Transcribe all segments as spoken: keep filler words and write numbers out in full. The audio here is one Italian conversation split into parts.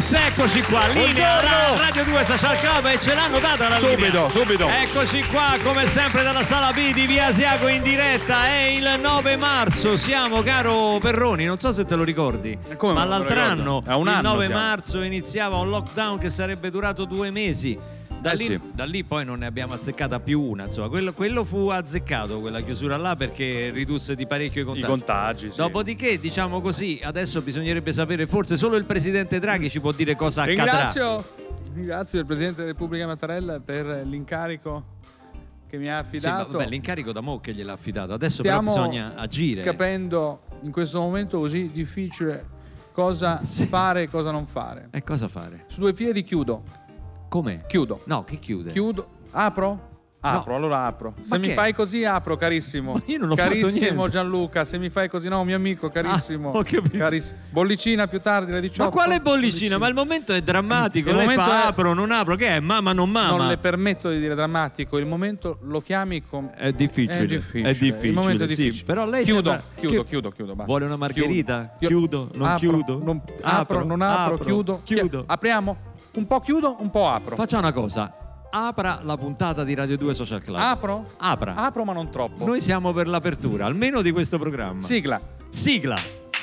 Yes, eccoci qua, linea la Radio due Social Club e ce l'hanno data la linea. Subito, subito. Eccoci qua, come sempre dalla sala B di Via Asiago in diretta. È il nove marzo, siamo, caro Perroni, non so se te lo ricordi, come ma l'altro anno, a un il anno nove siamo. marzo iniziava un lockdown che sarebbe durato due mesi. Da, Eh lì, sì. da lì poi non ne abbiamo azzeccata più una, insomma, quello, quello fu azzeccato, quella chiusura là, perché ridusse di parecchio i contagi. I contagi, sì. Dopodiché, diciamo così, adesso bisognerebbe sapere, forse solo il presidente Draghi ci può dire cosa accadrà. Ringrazio, ringrazio il Presidente della Repubblica Mattarella per l'incarico che mi ha Sì, ma affidato. vabbè, l'incarico da mo' che gliel'ha affidato, adesso Stiamo però bisogna agire. capendo in questo momento così difficile cosa fare e cosa non fare. E cosa fare? Su due piedi chiudo, Come? chiudo, No, che chiude? chiudo, apro? Apro, allora apro. Se che? mi fai così apro, carissimo. Ma io non ho fatto carissimo niente. Gianluca, se mi fai così, no, mio amico, carissimo. Ah, ho capito. Carissimo. Bollicina più tardi alle diciotto. Ma quale bollicina? Ma il momento è drammatico. Il Lei momento fa è- apro, non apro. Che è? Mamma, non mamma. Non le permetto di dire drammatico, il momento lo chiami con... È difficile. È difficile. È difficile. Il momento è sì. difficile. Però lei chiudo, sembra- chiudo, chi- chiudo, chiudo, basta. Vuole una margherita? Chiudo, Chiudo, non apro, chiudo. non apro, non apro, chiudo. Chiudo. Apriamo? Un po' chiudo, un po' apro. Faccia una cosa. Apra la puntata di Radio due Social Club. Apro? Apra. Apro ma non troppo. Noi siamo per l'apertura, almeno di questo programma. Sigla. Sigla.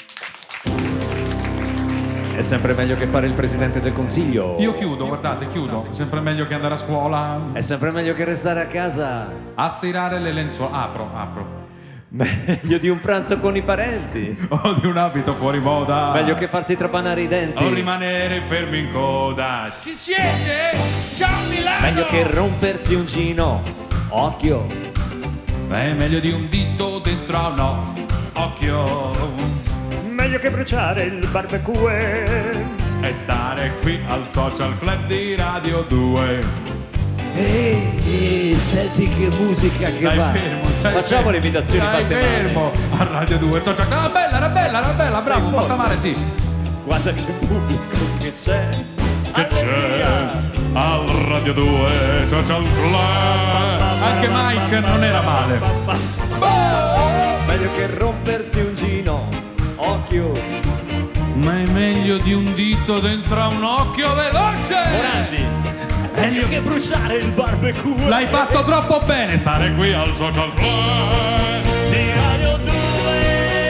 È sempre meglio che fare il presidente del consiglio. Io chiudo, guardate, chiudo. Sempre meglio che andare a scuola È sempre meglio che restare a casa. a stirare le lenzuola. Apro, apro. Meglio di un pranzo con i parenti. O di un abito fuori moda. Meglio che farsi trapanare i denti. O rimanere fermi in coda. Ci siete? Ciao Milano! Meglio che rompersi un gino. Occhio. È meglio di un dito dentro a un o- occhio. Meglio che bruciare il barbecue. E stare qui al social club di Radio due. Ehi, senti che musica che Stai va. fermo, stai Facciamo fermo. le imitazioni Stai fatte fermo male. a Radio due social club. Ah, bella, era bella, era bella, Sei bravo, fatta forte. male, sì. Guarda che pubblico che c'è. Che c'è al Radio due Social Club. Anche Mike non era male. Meglio che rompersi un gino. Occhio. Ma è meglio di un dito dentro a un occhio veloce. Morandi. Meglio che bruciare il barbecue. L'hai fatto troppo bene stare qui al Social Club di Radio due.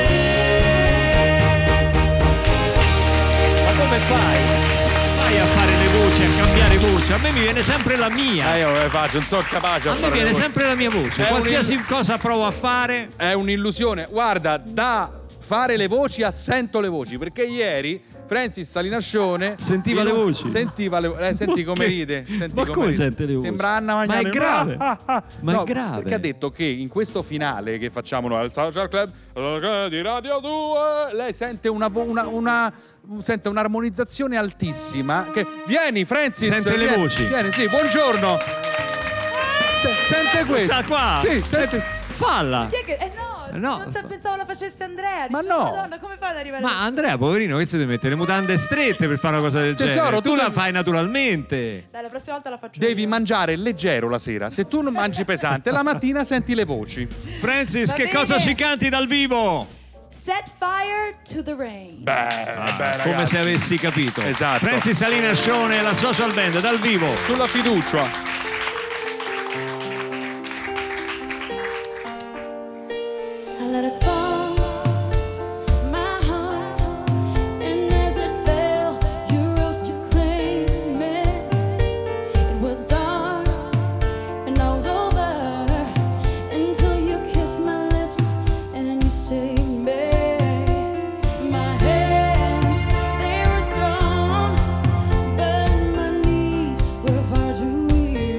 Ma come fai? Vai a fare le voci, a cambiare voce. A me mi viene sempre la mia. Eh, io come faccio? Non sono capace a A me fare viene le voci. sempre la mia voce. È Qualsiasi un- cosa provo a fare. È un'illusione. Guarda, da fare le voci a sento le voci, perché ieri Francis Salinascione Sentiva in le un- voci? Sentiva le eh, senti Ma come che- ride, senti ma come ride. sente le voci? Sembra Anna Ma è Magnani. grave. Ah, ah, ah. Ma è No, grave. Perché ha detto che in questo finale che facciamo noi al Social Club di Radio due lei sente una, vo- una, una sente un'armonizzazione altissima che vieni Francis, Sente le vieni, voci. Vieni, sì, buongiorno. Se- sente questo. Sta qua. Sì, sente. Falla. Chi è che- eh no, No. non so, pensavo la facesse Andrea. Ma Dicevo, no. Madonna, come fa ad arrivare? Ma Andrea, poverino, che si deve mettere le mutande strette per fare una cosa del Tesoro, genere? Tu tu la devi- fai naturalmente. Dai, la prossima volta la faccio. Devi io. mangiare leggero la sera. Se tu non mangi pesante, la mattina senti le voci. Francis, Va che bene. cosa ci canti dal vivo? Set fire to the rain. Beh, Come se avessi capito. Esatto. Francis Salinascione e la social band dal vivo. Sulla fiducia. I let it fall, my heart, and as it fell, you rose to claim it. It was dark, and I was over until you kissed my lips and you saved me. My hands, they were strong, but my knees were far too weak.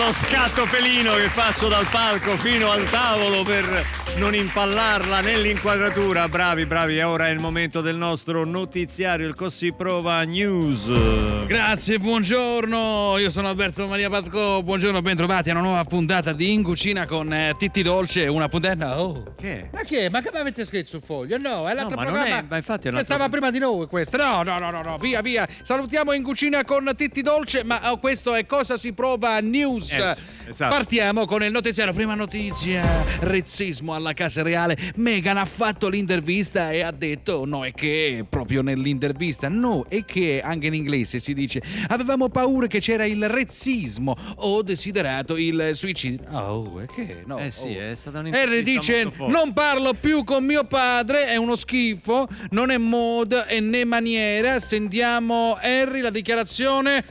lo scatto felino che faccio dal palco fino al tavolo per non impallarla nell'inquadratura. Bravi, bravi, ora è il momento del nostro notiziario, il Così Prova News. Grazie, buongiorno, io sono Alberto Maria Patco, buongiorno, bentrovati a una nuova puntata di In Cucina con eh, Titti Dolce, una puntata... Oh. Che? Ma che? Ma che avete scritto sul foglio? No, è l'altro No, ma non programma è- ma infatti è un che altro- stava prima di noi questo. No, no, no, no, no, via, via. Salutiamo In Cucina con Titti Dolce, ma oh, questo è Cosa si prova News. Eh, esatto. Partiamo con il notiziario. Prima notizia, razzismo alla Casa Reale. Meghan ha fatto l'intervista e ha detto no, è che proprio nell'intervista, no, è che anche in inglese si dice avevamo paura che c'era il razzismo, ho desiderato il suicidio. Oh, è che no. Eh sì, oh. è stata un'intervista Harry dice molto forte. non parlo più con mio padre, è uno schifo, non è moda e né maniera. Sentiamo Harry, la dichiarazione.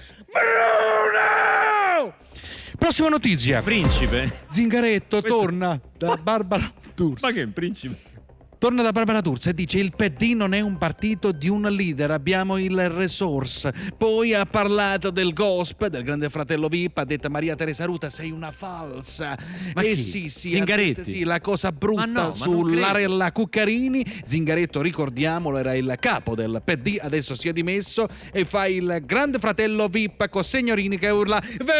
Bruno! Prossima notizia. Principe? Zingaretto Questo- torna da Barbara D'Urso. Ma che principe? Torna da Barbara D'Urso e dice il P D non è un partito di un leader, abbiamo il resource. Poi ha parlato del gossip, del grande fratello V I P, ha detto Maria Teresa Ruta sei una falsa. Ma eh chi? sì, sì, Zingaretti? ha detto, sì, la cosa brutta Ma no, ma non sull'Arella Cuccarini. Zingaretto, ricordiamolo, era il capo del P D, adesso si è dimesso e fa il grande fratello V I P con signorini che urla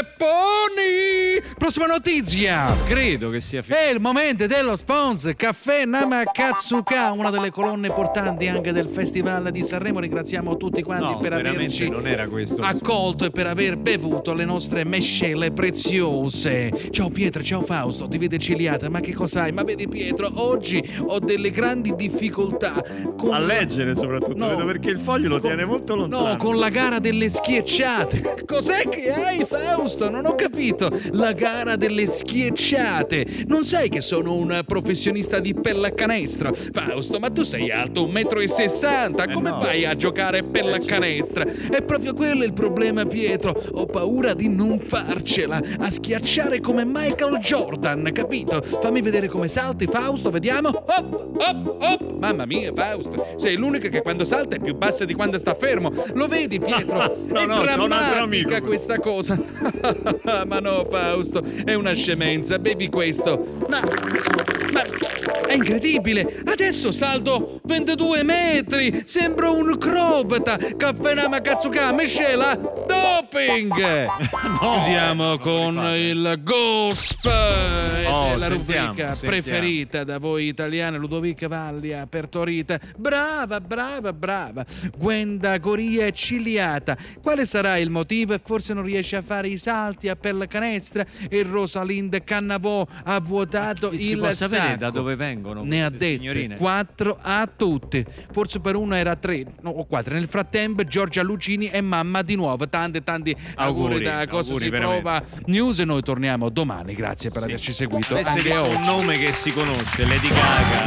Vepponi! Prossima notizia. Credo che sia finito. È il momento dello sponsor Caffè Namakatsuka, una delle colonne portanti anche del Festival di Sanremo. Ringraziamo tutti quanti No, per veramente averci non era questo. accolto e per aver bevuto le nostre mescele preziose. Ciao Pietro, ciao Fausto, ti vede ciliata, ma che cos'hai? Ma vedi Pietro, oggi ho delle grandi difficoltà con A leggere soprattutto, No. vedo perché il foglio lo Con- tiene molto lontano. No, con la gara delle schiacciate. Cos'è che hai, Fausto? Non ho capito. La gara delle schiacciate. Non sai che sono un professionista di pallacanestro? Fausto, ma tu sei alto un metro e sessanta. Eh Come no. fai a giocare pallacanestro? È proprio quello il problema, Pietro. Ho paura di non farcela. A schiacciare come Michael Jordan, capito? Fammi vedere come salti, Fausto, vediamo. Hop, hop, hop. Mamma mia, Fausto. Sei l'unico che quando salta è più basso di quando sta fermo. Lo vedi, Pietro? No, è no, c'ho un altro drammatica amico. questa cosa. Ma no, Fausto, è una scemenza. Bevi questo. Ma, ma è incredibile. Adesso saldo ventidue metri. Sembro un crobata. Caffè Namakatsuka, miscela doping. Andiamo con rifate. il Gosp. Oh, È la sentiamo, rubrica sentiamo. preferita da voi italiani. Ludovica Vallia, Pertorita. Brava, brava, brava. Gwenda Goria è ciliata. Quale sarà il motivo? Forse non riesce a fare i salti a pallacanestro e Rosalind Cannavò ha vuotato Si il può sapere sacco. da dove vengono Ne ha queste dette signorine? quattro a tutte. Forse per uno era tre no, o quattro. Nel frattempo Giorgia Lucini è mamma di nuovo. Tanti tanti auguri, Auguri, da Cosa auguri, si veramente. prova News e noi torniamo domani. Grazie per Sì. averci seguito Adesso anche dico oggi. un nome che si conosce, Lady Gaga.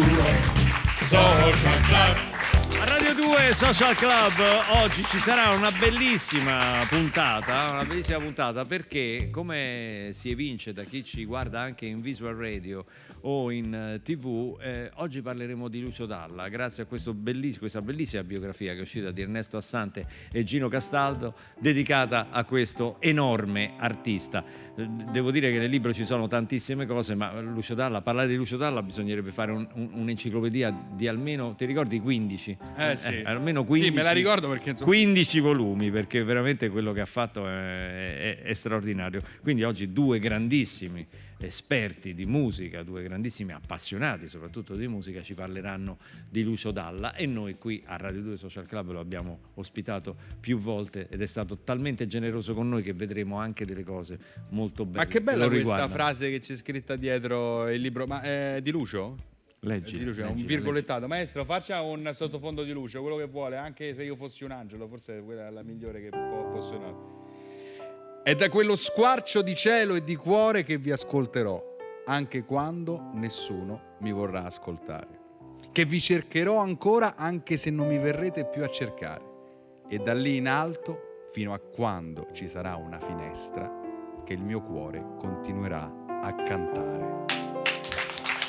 Social Club. A Radio due Social Club oggi ci sarà una bellissima puntata, una bellissima puntata perché, come si evince da chi ci guarda anche in Visual Radio o in eh, tivù, eh, oggi parleremo di Lucio Dalla, grazie a questo belliss- questa bellissima biografia che è uscita di Ernesto Assante e Gino Castaldo, dedicata a questo enorme artista. Eh, Devo dire che nel libro ci sono tantissime cose, ma Lucio Dalla, parlare di Lucio Dalla bisognerebbe fare un- un- un'enciclopedia di almeno, ti ricordi, quindici? Eh, sì. almeno quindici. Sì, me la ricordo perché insomma... quindici volumi, perché veramente quello che ha fatto è, è- è straordinario. Quindi oggi due grandissimi esperti di musica, due grandissimi appassionati soprattutto di musica ci parleranno di Lucio Dalla e noi qui a Radio due Social Club lo abbiamo ospitato più volte ed è stato talmente generoso con noi che vedremo anche delle cose molto belle. Ma che bella lo questa riguardano. frase che c'è scritta dietro il libro. Ma è di Lucio? Leggi, È di Lucio, è un leggi, virgolettato. Maestro, faccia un sottofondo di Lucio, quello che vuole, anche se io fossi un angelo, forse quella è la migliore che po- posso dare. È da quello squarcio di cielo e di cuore che vi ascolterò, anche quando nessuno mi vorrà ascoltare. Che vi cercherò ancora anche se non mi verrete più a cercare. E da lì in alto, fino a quando ci sarà una finestra, che il mio cuore continuerà a cantare.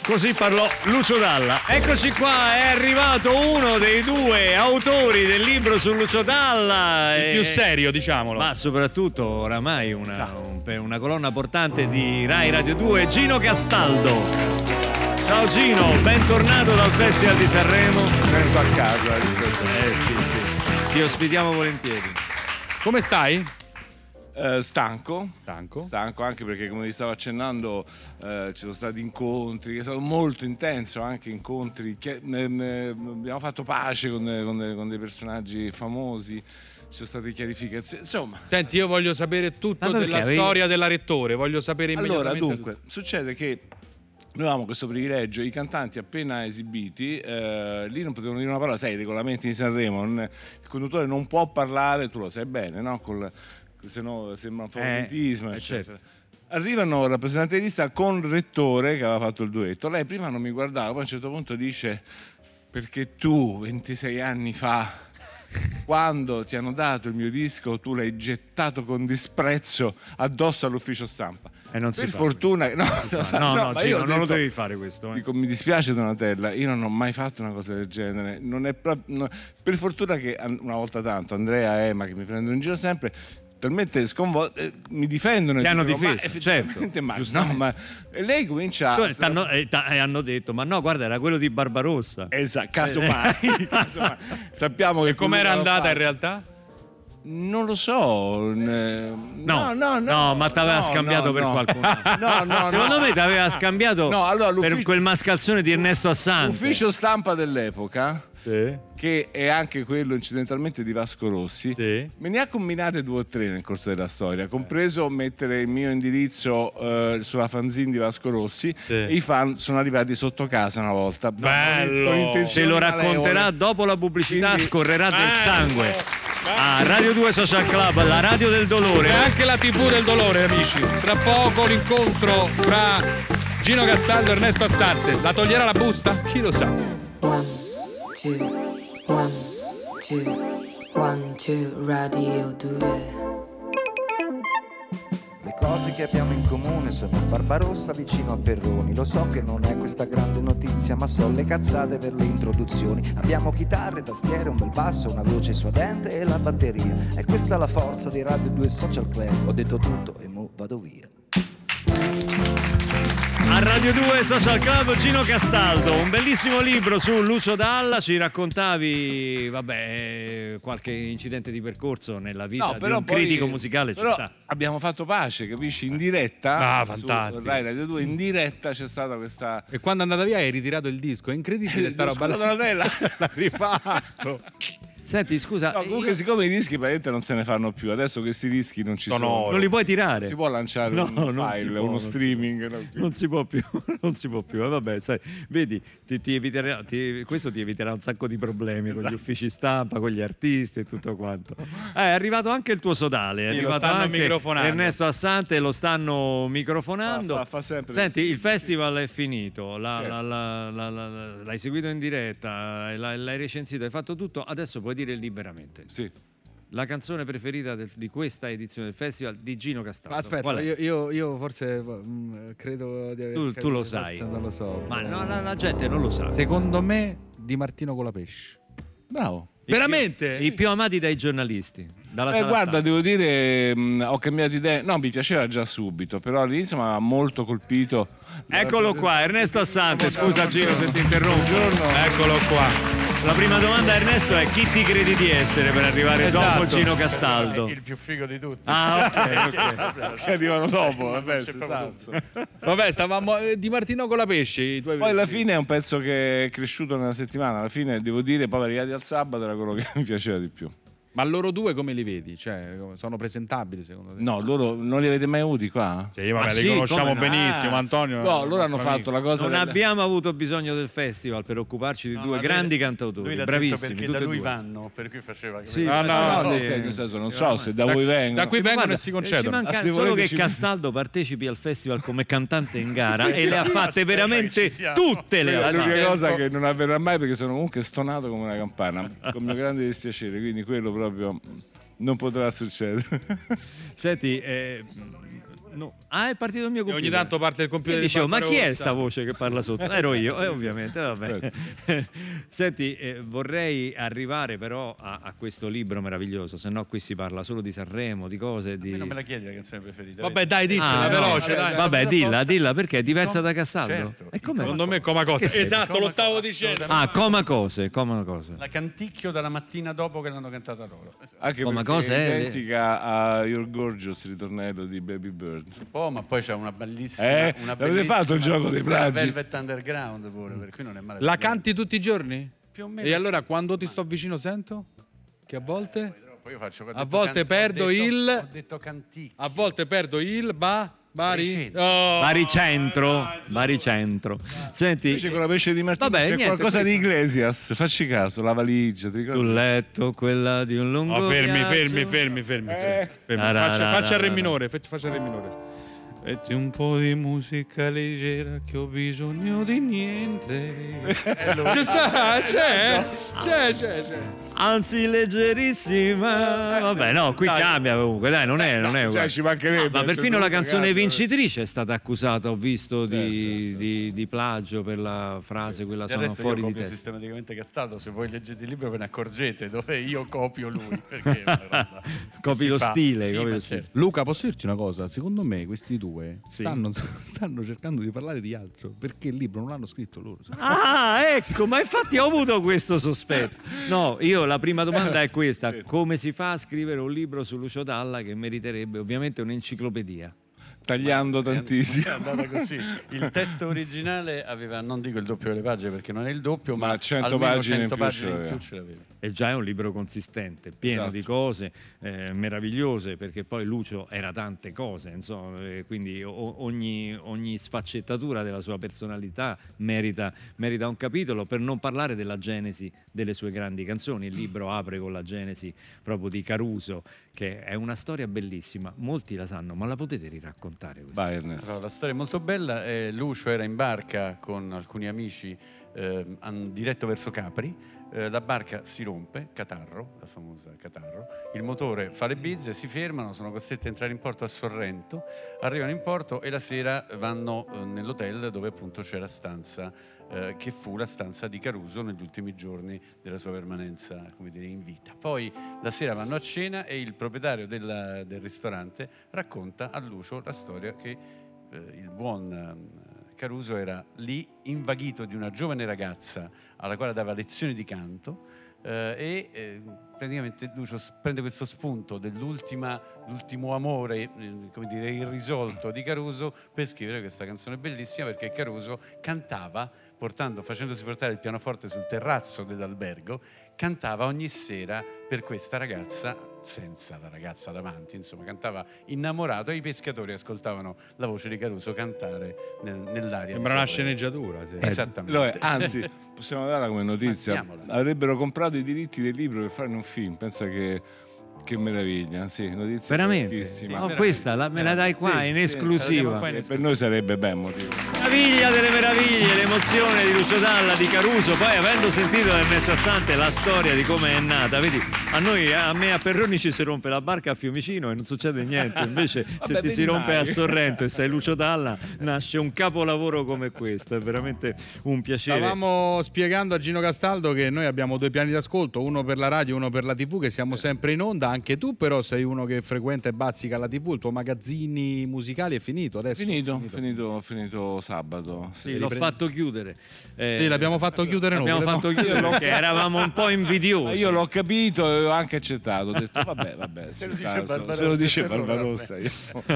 Così parlò Lucio Dalla. Eccoci qua, è arrivato uno dei due autori del libro su Lucio Dalla. Il più serio, diciamolo. Ma soprattutto oramai una, un, una colonna portante di Rai Radio due, Gino Castaldo. Ciao Gino, bentornato dal Festival di Sanremo. Sento a casa. Eh sì, sì. Ti ospitiamo volentieri. Come stai? Uh, stanco. Stanco. Stanco anche perché, come vi stavo accennando, uh, ci sono stati incontri che sono molto intensi, anche incontri che ne, ne, abbiamo fatto pace con, con, con dei personaggi famosi, ci sono state chiarificazioni, insomma. Senti, io voglio sapere tutto della avevi... storia della Rettore, voglio sapere immediatamente. Allora, dunque, tutto. Succede che noi avevamo questo privilegio, i cantanti appena esibiti, eh, lì non potevano dire una parola, sai, i regolamenti di Sanremo, non, il conduttore non può parlare, tu lo sai bene, no? Col, se no sembra un favoritismo, eh, eccetera. certo. Arrivano il rappresentante di lista con Rettore che aveva fatto il duetto. Lei prima non mi guardava, poi a un certo punto dice: perché tu ventisei anni fa, quando ti hanno dato il mio disco, tu l'hai gettato con disprezzo addosso all'ufficio stampa. E non per si fa fortuna no, no, no, no, ma Gino, io ho non detto, lo devi fare questo. Eh. Dico, mi dispiace Donatella, io non ho mai fatto una cosa del genere. Non è proprio, no, per fortuna che una volta tanto Andrea e Emma, che mi prendono in giro sempre, talmente sconvolti, eh, mi difendono. Ti hanno dico, difeso, ma effettivamente, certo, ma, no, ma e lei comincia tu, a... t'hanno, eh, e hanno detto, ma no, guarda, era quello di Barbarossa. Esatto, casomai. casomai. Sappiamo che com'era andata in realtà? Non lo so. No, no, no, no, no ma t'aveva no, scambiato no, per no. qualcuno. No, no, Secondo no. me t'aveva scambiato no, allora, per quel mascalzone di Ernesto Assante. L'ufficio stampa dell'epoca, sì, che è anche quello incidentalmente di Vasco Rossi, sì, me ne ha combinate due o tre nel corso della storia, compreso mettere il mio indirizzo eh, sulla fanzine di Vasco Rossi, sì, e i fan sono arrivati sotto casa una volta. Bello! Se lo racconterà dopo la pubblicità. Quindi, scorrerà del sangue. A Radio due Social Club, la radio del dolore. E anche la tivù del dolore, amici. Tra poco l'incontro fra Gino Castaldo e Ernesto Assante. La toglierà la busta? Chi lo sa? One, two, one, two, one, two, Radio due. Le cose che abbiamo in comune sono Barbarossa vicino a Perroni. Lo so che non è questa grande notizia, ma so le cazzate per le introduzioni. Abbiamo chitarre, tastiere, un bel basso, una voce suadente e la batteria. E questa è la forza di Radio due Social Club. Ho detto tutto e mo vado via. A Radio due Social Club, Gino Castaldo, un bellissimo libro su Lucio Dalla. Ci raccontavi, vabbè, qualche incidente di percorso nella vita no, di però un poi, critico musicale. Però ci sta. Abbiamo fatto pace, capisci? In diretta, ah, fantastico. Rai Radio due, in diretta c'è stata questa. E quando è andata via hai ritirato il disco. È incredibile sta roba. L'ha rifatto. Senti, scusa. No, comunque, io... siccome i dischi praticamente non se ne fanno più, adesso questi dischi non ci sono. sono non li puoi tirare. Si può lanciare no, un file, può, uno non streaming. Si no? non si può più, non si può più. Eh, vabbè, sai, vedi, ti, ti eviterà, ti, questo ti eviterà un sacco di problemi con gli uffici stampa, con gli artisti e tutto quanto. Eh, è arrivato anche il tuo sodale, è sì, arrivato anche microfonando. Ernesto Assante, lo stanno microfonando. Fa, fa, fa sempre Senti, il festival è finito, la, la, la, la, la, la, l'hai seguito in diretta, l'hai, l'hai recensito, hai fatto tutto, adesso puoi dire liberamente. Sì. La canzone preferita del, di questa edizione del festival di Gino Castaldo. Aspetta, io, io, io forse mh, credo di aver tu, capito, tu lo sai. Non lo so. Ma no, la, la gente non lo sa. Secondo me Di Martino Colapesce. Bravo. I Veramente? Più, I più amati dai giornalisti. Dalla eh, sala guarda, stampa. devo dire, mh, ho cambiato idea. No, mi piaceva già subito, però all'inizio mi aveva molto colpito. Eccolo qua, Ernesto Assante. Scusa Gino se ti interrompo. Eccolo qua. La prima domanda, Ernesto, è chi ti credi di essere per arrivare Esatto. dopo Gino Castaldo? Il più figo di tutti. Ah, ok, ok. Che arrivano dopo, non vabbè, c'è si proprio sa. Vabbè, stavamo eh, Di Martino Colapesce. I tuoi Poi alla fine è un pezzo che è cresciuto nella settimana. Alla fine devo dire, poi arrivati al sabato era quello che mi piaceva di più. Ma loro due come li vedi? Cioè, sono presentabili secondo te? No, loro non li avete mai avuti qua? Sì, vabbè, Ma li sì, conosciamo come no? benissimo, Antonio. No, loro hanno fatto amico. la cosa. Non del... abbiamo avuto bisogno del festival per occuparci di No, due ma grandi lui- cantautori, Lui l'ha bravissimi, detto perché tutti da e lui due. vanno, per cui faceva. Sì, Ah, no, No, no, nel sì. senso, nel senso, non so se da Da- voi vengono. da qui vengono Guarda, e si concedono. ci manca Ah, se solo volete che ci- Castaldo partecipi al festival come cantante in gara e le ha fatte Aspetta, veramente che ci siamo. tutte le È ha l'unica fatte. cosa che non avverrà mai perché sono comunque stonato come una campana, con mio grande dispiacere, quindi quello proprio non potrà succedere. Senti, eh, No. Ah, è partito il mio E computer. ogni tanto parte il computer E di dicevo, ma chi è Barbarossa? sta voce che parla sotto? Ero io, eh, ovviamente, vabbè. Senti, eh, vorrei arrivare però a, a questo libro meraviglioso, se no qui si parla solo di Sanremo, di cose, di... Non me la chiedi la canzone preferita. Vabbè, dai, dicela, Ah, no, veloce, dai. Vabbè, dilla, dilla, perché è diversa da Castaldo? Certo. E com'è? Secondo me coma cosa. Che sei? Esatto, Coma lo stavo cosa, dicendo. Ah, coma cose, coma cose. La canticchio dalla mattina dopo che l'hanno cantata loro. Anche Oh, ma perché cosa è è? identica a Your Gorgeous, ritornello di Baby Bird. Un po', ma poi c'è una bellissima. Eh, una l'avete bellissima fatto il gioco dei atmosfera plagi? Velvet Underground pure, per cui non è male. La canti tutti i giorni? Più o meno E sì. allora quando ti sto vicino sento? Che a volte? Poi io faccio, ho A detto volte can- perdo ho detto- il- Ho detto canticchio. A volte perdo il ba... Bari? Riceto. Oh. Baricentro, Baricentro. Senti, Invece con la pesce di Martino Vabbè, c'è niente, qualcosa di questo- Iglesias, facci caso, la valigia, ti ricordi? sul letto, quella di un lungo Oh, fermi, viaggio. fermi, fermi, fermi. Eh. fermi. La, la, Faccia, la, faccia la, il re la, minore, faccia, faccia il re minore. Metti un po' di musica leggera che ho bisogno di niente. Ci sta, c'è, c'è, c'è, c'è. Anzi, leggerissima. Vabbè, no, qui Dai. cambia comunque, dai, non è, non è Cioè, uguale. ci mancherebbe. No, ma a un perfino certo la punto, canzone cazzo. vincitrice è stata accusata, ho visto, di, Sì, sì, sì. di- di plagio per la frase, quella Del sono resto fuori io di copio testa. sistematicamente Castaldo, se voi leggete il libro ve ne accorgete dove io copio lui, perché è una roba che Copi si lo fa. stile, Sì, copi ma lo stile. certo. Luca, posso dirti una cosa? Secondo me questi due Sì. stanno, stanno cercando di parlare di altro perché il libro non l'hanno scritto loro. Ah, ecco, ma infatti ho avuto questo sospetto. No, io la prima domanda è questa: come si fa a scrivere un libro su Lucio Dalla che meriterebbe ovviamente un'enciclopedia? Tagliando tantissimo. È andata così. Il testo originale aveva, non dico il doppio delle pagine perché non è il doppio, Ma ma, cento almeno pagine in cento più pagine ce in l'aveva. più ce l'aveva. E già è un libro consistente, pieno Esatto. di cose eh, meravigliose, perché poi Lucio era tante cose, insomma, eh, quindi o- ogni, ogni sfaccettatura della sua personalità merita, merita un capitolo, per non parlare della genesi delle sue grandi canzoni. Il libro apre con la genesi proprio di Caruso, che è una storia bellissima, molti la sanno, ma la potete riraccontare questa? Vai Ernest. Allora, la storia è molto bella. eh, Lucio era in barca con alcuni amici eh, an- diretto verso Capri. Eh, la barca si rompe, catarro, la famosa catarro. Il motore fa le bizze, si fermano, sono costretti a entrare in porto a Sorrento. Arrivano in porto e la sera vanno eh, nell'hotel dove appunto c'è la stanza eh, che fu la stanza di Caruso negli ultimi giorni della sua permanenza, come dire, in vita. Poi la sera vanno a cena e il proprietario della- del ristorante racconta a Lucio la storia che eh, il buon eh, Caruso era lì invaghito di una giovane ragazza alla quale dava lezioni di canto eh, e eh, praticamente Lucio s- prende questo spunto dell'ultima, l'ultimo amore, eh, come dire, irrisolto di Caruso per scrivere questa canzone bellissima, perché Caruso cantava portando, facendosi portare il pianoforte sul terrazzo dell'albergo, cantava ogni sera per questa ragazza senza la ragazza davanti, insomma cantava innamorato e i pescatori ascoltavano la voce di Caruso cantare nel- nell'aria. Sembra una di Sorrento. sceneggiatura. Sì. Esattamente. Lo è, anzi, possiamo darla come notizia. Mandiamola. Avrebbero comprato i diritti del libro per farne un film. Pensa che, che meraviglia. Sì, notizia Veramente? freschissima. No, questa la- me la dai qua Sì, in sì, esclusiva. e per noi sarebbe ben motivo. Meraviglia delle meraviglie, l'emozione di Lucio Dalla, di Caruso. Poi, avendo sentito nel mezzo istante la storia di come è nata, vedi, a noi, a me a Perroni ci si rompe la barca a Fiumicino e non succede niente. Invece, se Vabbè, ti vedi si rompe mai. a Sorrento e sei Lucio Dalla, nasce un capolavoro come questo. È veramente un piacere. Stavamo spiegando a Gino Castaldo che noi abbiamo due piani d'ascolto, uno per la radio e uno per la tivù, che siamo sempre in onda. Anche tu però sei uno che frequenta e bazzica la tivù, il tuo magazzini musicali è finito adesso? Finito, finito, finito sabato. Sì, l'ho fatto chiudere. Eh, Sì, l'abbiamo fatto chiudere noi. L'abbiamo fatto chiudere perché eravamo un po' invidiosi. Ma io l'ho capito e ho anche accettato. Ho detto, vabbè, vabbè. Se lo ci dice sta, Barbarossa, se lo dice per ora, Barbarossa, io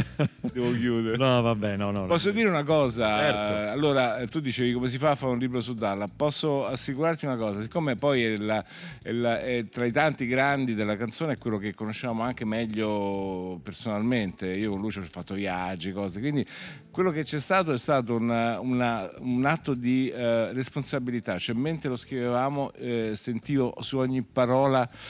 devo chiudere. No, vabbè, no, no. Posso no. dire una cosa? Certo. Eh, Allora, eh, tu dicevi come si fa a fare un libro su Dalla. Posso assicurarti una cosa, siccome poi è, la- è la- è tra i tanti grandi della canzone è quello che conosciamo anche meglio personalmente. Io con Lucio ho fatto viaggi, cose, quindi quello che c'è stato è stato una- una- un atto di eh, responsabilità. Cioè, mentre lo scrivevamo, eh, sentivo su ogni parola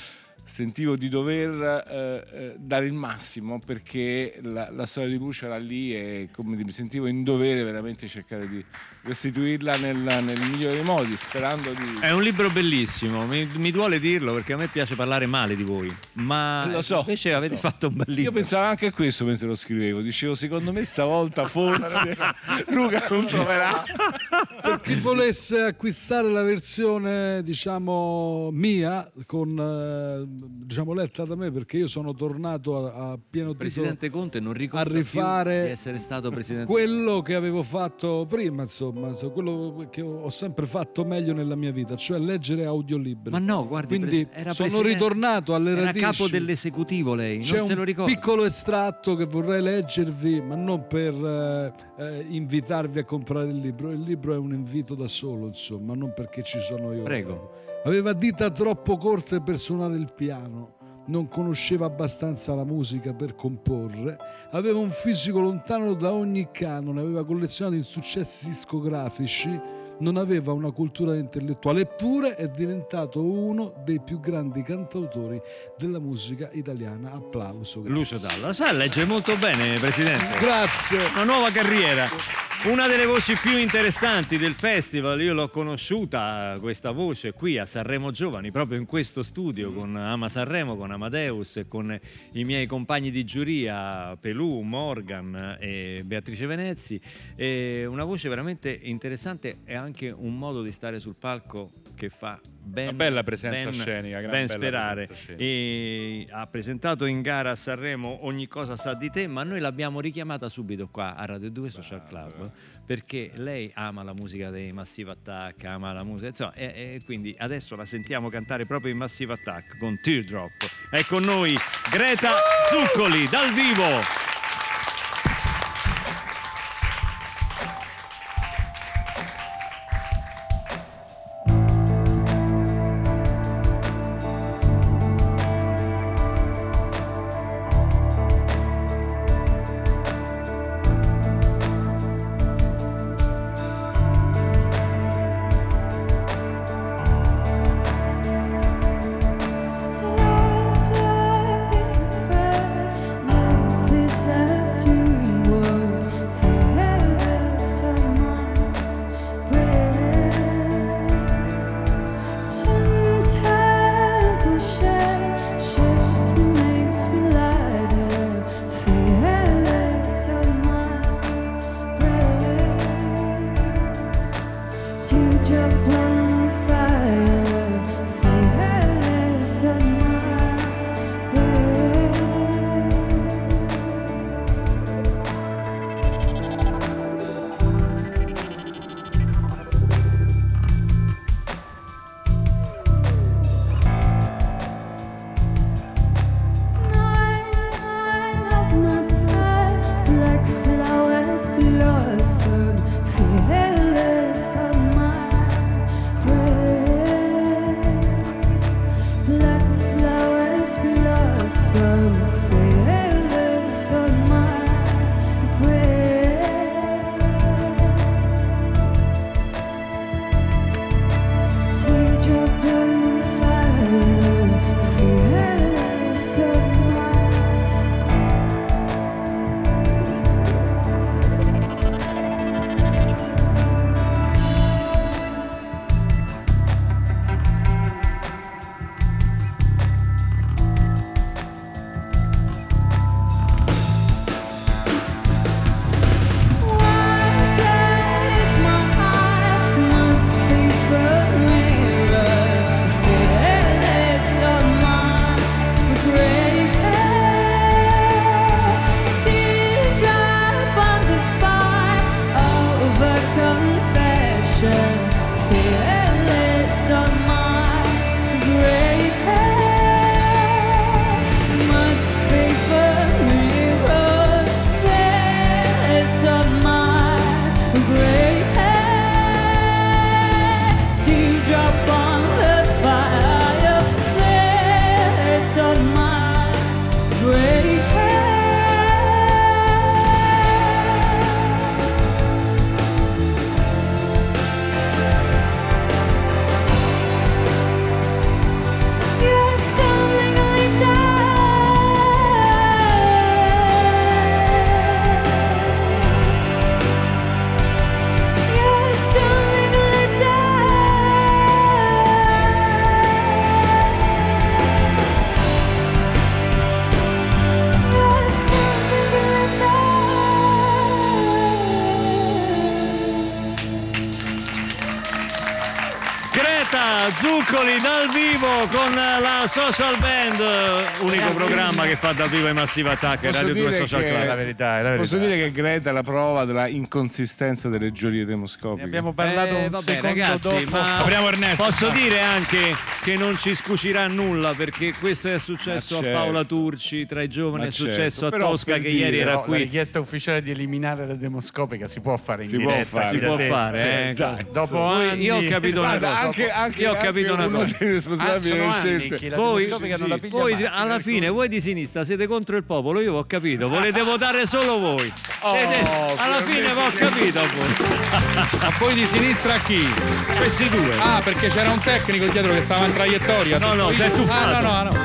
sentivo di dover eh, eh, dare il massimo, perché la, la storia di Lucio era lì e come dire, mi sentivo in dovere veramente cercare di restituirla nel, nel migliore dei modi, sperando di... È un libro bellissimo, mi, mi duole dirlo perché a me piace parlare male di voi, ma Lo so, invece avete lo so. fatto un bel libro. Io pensavo anche a questo mentre lo scrivevo, dicevo secondo me stavolta forse Luca non troverà. Per chi volesse acquistare la versione, diciamo, mia, con eh, diciamo letta da me, perché io sono tornato a, a pieno Presidente titolo Conte non ricorda a rifare più di essere stato presidente. quello che avevo fatto prima, insomma, insomma, quello che ho sempre fatto meglio nella mia vita, cioè leggere audiolibri. Ma no, guardi, quindi pre- era sono presidente- ritornato alle era radici. capo dell'esecutivo lei, C'è non se un lo ricorda. piccolo estratto che vorrei leggervi, ma non per eh, eh, invitarvi a comprare il libro. Il libro è un invito da solo, insomma, non perché ci sono io. Prego. Aveva dita troppo corte per suonare il piano, non conosceva abbastanza la musica per comporre, aveva un fisico lontano da ogni canone, aveva collezionato insuccessi discografici, non aveva una cultura intellettuale, eppure è diventato uno dei più grandi cantautori della musica italiana. Applauso. Grazie. Lucio Dalla, sa leggere molto bene, Presidente. Grazie. Una nuova carriera. Una delle voci più interessanti del festival, io l'ho conosciuta questa voce qui a Sanremo Giovani, proprio in questo studio con Ama Sanremo, con Amadeus e con i miei compagni di giuria Pelù, Morgan e Beatrice Venezzi. E una voce veramente interessante e anche un modo di stare sul palco che fa ben, Una bella presenza ben, scenica, gran ben bella sperare. presenza scenica. E ha presentato in gara a Sanremo Ogni cosa sa di te, ma noi l'abbiamo richiamata subito qua a Radio due Social Club perché lei ama la musica dei Massive Attack, ama la musica, insomma, e, e quindi adesso la sentiamo cantare proprio in Massive Attack con Teardrop. È con noi Greta Zuccoli dal vivo. Zuccoli dal vivo con la Social Band, unico programma che fa dal vivo i Massive Attack, Posso Radio due dire Social che- Club. È la verità, è la Posso verità. dire che Greta è la prova della inconsistenza delle giurie demoscopiche. Ne abbiamo parlato Eh, un vabbè, secondo ragazzi, dopo. ma Apriamo Ernesto. posso dire anche che non ci scucirà nulla, perché questo è successo Ma a certo. Paola Turci tra i giovani, Ma è successo certo, a però Tosca per che dire, ieri era Però la qui. richiesta ufficiale di eliminare la demoscopica si può fare in Si può diretta. fare, qui Si da può te. fare, Cioè, eh, dai, cazzo. dopo Voi- anni. io ho capito una Guarda, cosa. anche, anche, Io ho anche capito una uno cosa. dei responsabili Ah, sono delle anni scelte. che la Voi, demoscopica non la piglia voi mai. alla fine voi di sinistra siete contro il popolo, io ho capito, volete votare solo voi. Siete- alla fine ho capito voi. Ma poi di sinistra a chi? Questi due. Ah, perché c'era un tecnico dietro che stava in traiettoria. No, no, sei tuffato. Ah, no, no, no.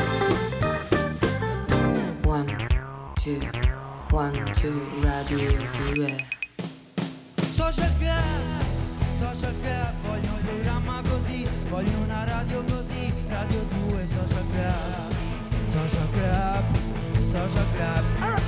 One, two, one, two, Radio due. Social Club, Social Club, voglio un programma così, voglio una radio così, Radio due Social Club, Social Club, Social Club. Ah,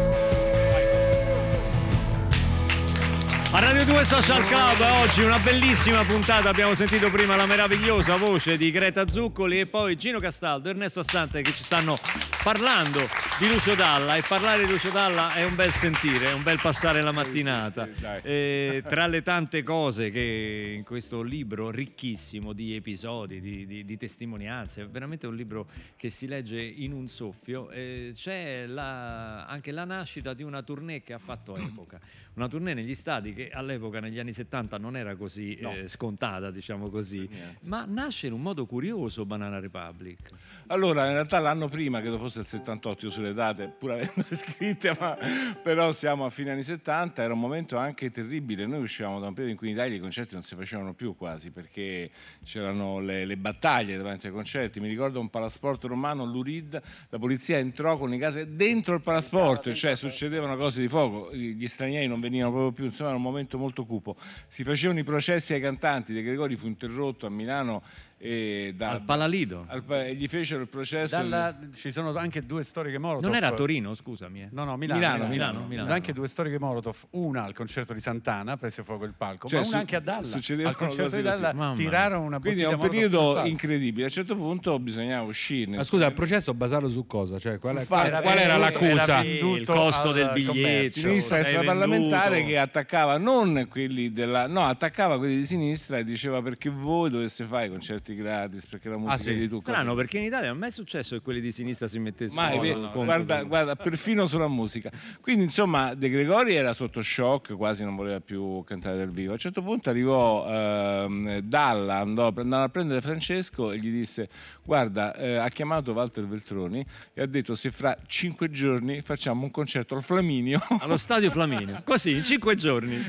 A Radio due Social Club oggi una bellissima puntata, abbiamo sentito prima la meravigliosa voce di Greta Zuccoli e poi Gino Castaldo e Ernesto Assante che ci stanno parlando di Lucio Dalla, e parlare di Lucio Dalla è un bel sentire, è un bel passare la mattinata. Sì, sì, dai. E tra le tante cose che in questo libro ricchissimo di episodi, di, di- di testimonianze, è veramente un libro che si legge in un soffio, eh, c'è la- anche la nascita di una tournée che ha fatto epoca. Una tournée negli stadi che all'epoca, negli anni settanta, non era così eh, scontata, diciamo così, ma nasce in un modo curioso Banana Republic. Allora, in realtà l'anno prima, credo fosse il settantotto, io sulle date, pur avendole scritte, ma però siamo a fine anni settanta, era un momento anche terribile. Noi uscivamo da un periodo in cui in Italia i concerti non si facevano più quasi, perché c'erano le, le battaglie davanti ai concerti. Mi ricordo un palasport romano, l'Urid, la polizia entrò con i gas dentro il palasport, cioè succedevano cose di fuoco, gli stranieri non venivano proprio più, insomma era un momento molto cupo. Si facevano i processi ai cantanti, De Gregori fu interrotto a Milano e da, Al Palalido. al pa- e gli fecero il processo. Dalla- ci sono anche due storiche Molotov. Non era a Torino, scusami. eh. No, no, Milano. Milano, Milano, Milano. Anche due storiche Molotov, una al concerto di Sant'Ana, prese fuoco il palco, Cioè, ma una su- anche a Dalla. succedevano Al concerto cose di così. Dalla Mamma mia. tirarono una Quindi è bottiglia un Molotov sul periodo palco. incredibile. A un certo punto bisognava uscirne. Ma scusa, il processo basato su cosa? Cioè, qual, è- Infatti, qual, qual era era l'accusa? venduto Il costo al del biglietto. commercio. Sinistra sei extraparlamentare venduto. che attaccava non quelli della no, attaccava quelli di sinistra e diceva perché voi doveste fare i concerti gratis, perché la musica Ah, sì? è di tu. Strano, perché in Italia non è mai successo che quelli di sinistra si mettessero Mai, ve- contro- guarda, guarda, perfino sulla musica. Quindi, insomma, De Gregori era sotto shock, quasi non voleva più cantare dal vivo. A un certo punto arrivò ehm, Dalla, andò, andò a prendere Francesco e gli disse: guarda, eh, ha chiamato Walter Veltroni e ha detto se fra cinque giorni facciamo un concerto al Flaminio. allo stadio Flaminio, così in cinque giorni,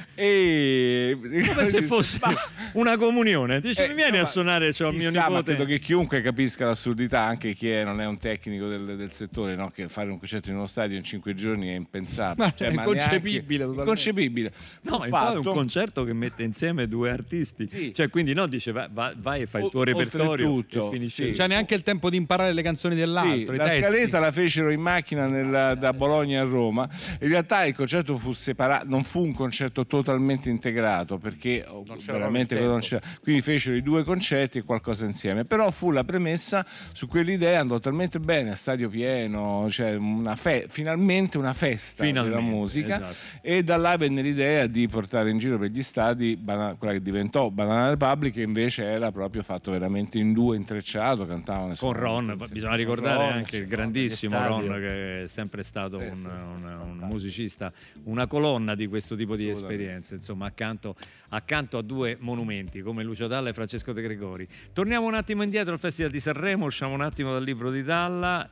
E come se fosse una comunione. Dice, Eh, mi vieni a insomma, suonare, c'ho mio chissà, ma nipote. credo che chiunque capisca l'assurdità, anche chi è, non è un tecnico del, del settore, no? Che fare un concerto in uno stadio in cinque giorni è impensabile. Ma Cioè, è ma inconcepibile, neanche- totalmente. inconcepibile. No, Fu e poi è un fatto- concerto che mette insieme due artisti. Sì. Cioè, quindi no, dice vai, vai- vai e fai il tuo O- repertorio oltretutto, e finisci. sì. Non c'è neanche il tempo di imparare le canzoni dell'altro. Sì, i la testi. scaletta la fecero in macchina nel- da Bologna a Roma. In realtà il concerto fu separato, non fu un concerto totalmente integrato perché oh, c'era veramente proprio il non c'era. Quindi fecero i due concerti e qualcosa insieme. Però fu la premessa su quell'idea, andò talmente bene, a stadio pieno, cioè una fe- finalmente una festa Finalmente, della musica. esatto. E da là venne l'idea di portare in giro per gli stadi Bana- quella che diventò Banana Republic, che invece era proprio fatto veramente in due, intrecciato, cantavano Con Ron, bisogna ricordare Ron, anche il sì, grandissimo Ron, Ron, stadio. che è sempre stato Sì, un, sì, sì, un- un musicista, una colonna di questo tipo di esperienze, insomma, accanto, accanto a due monumenti come Lucio Dalla e Francesco De Gregori. Torniamo un attimo indietro al Festival di Sanremo, usciamo un attimo dal libro di Dalla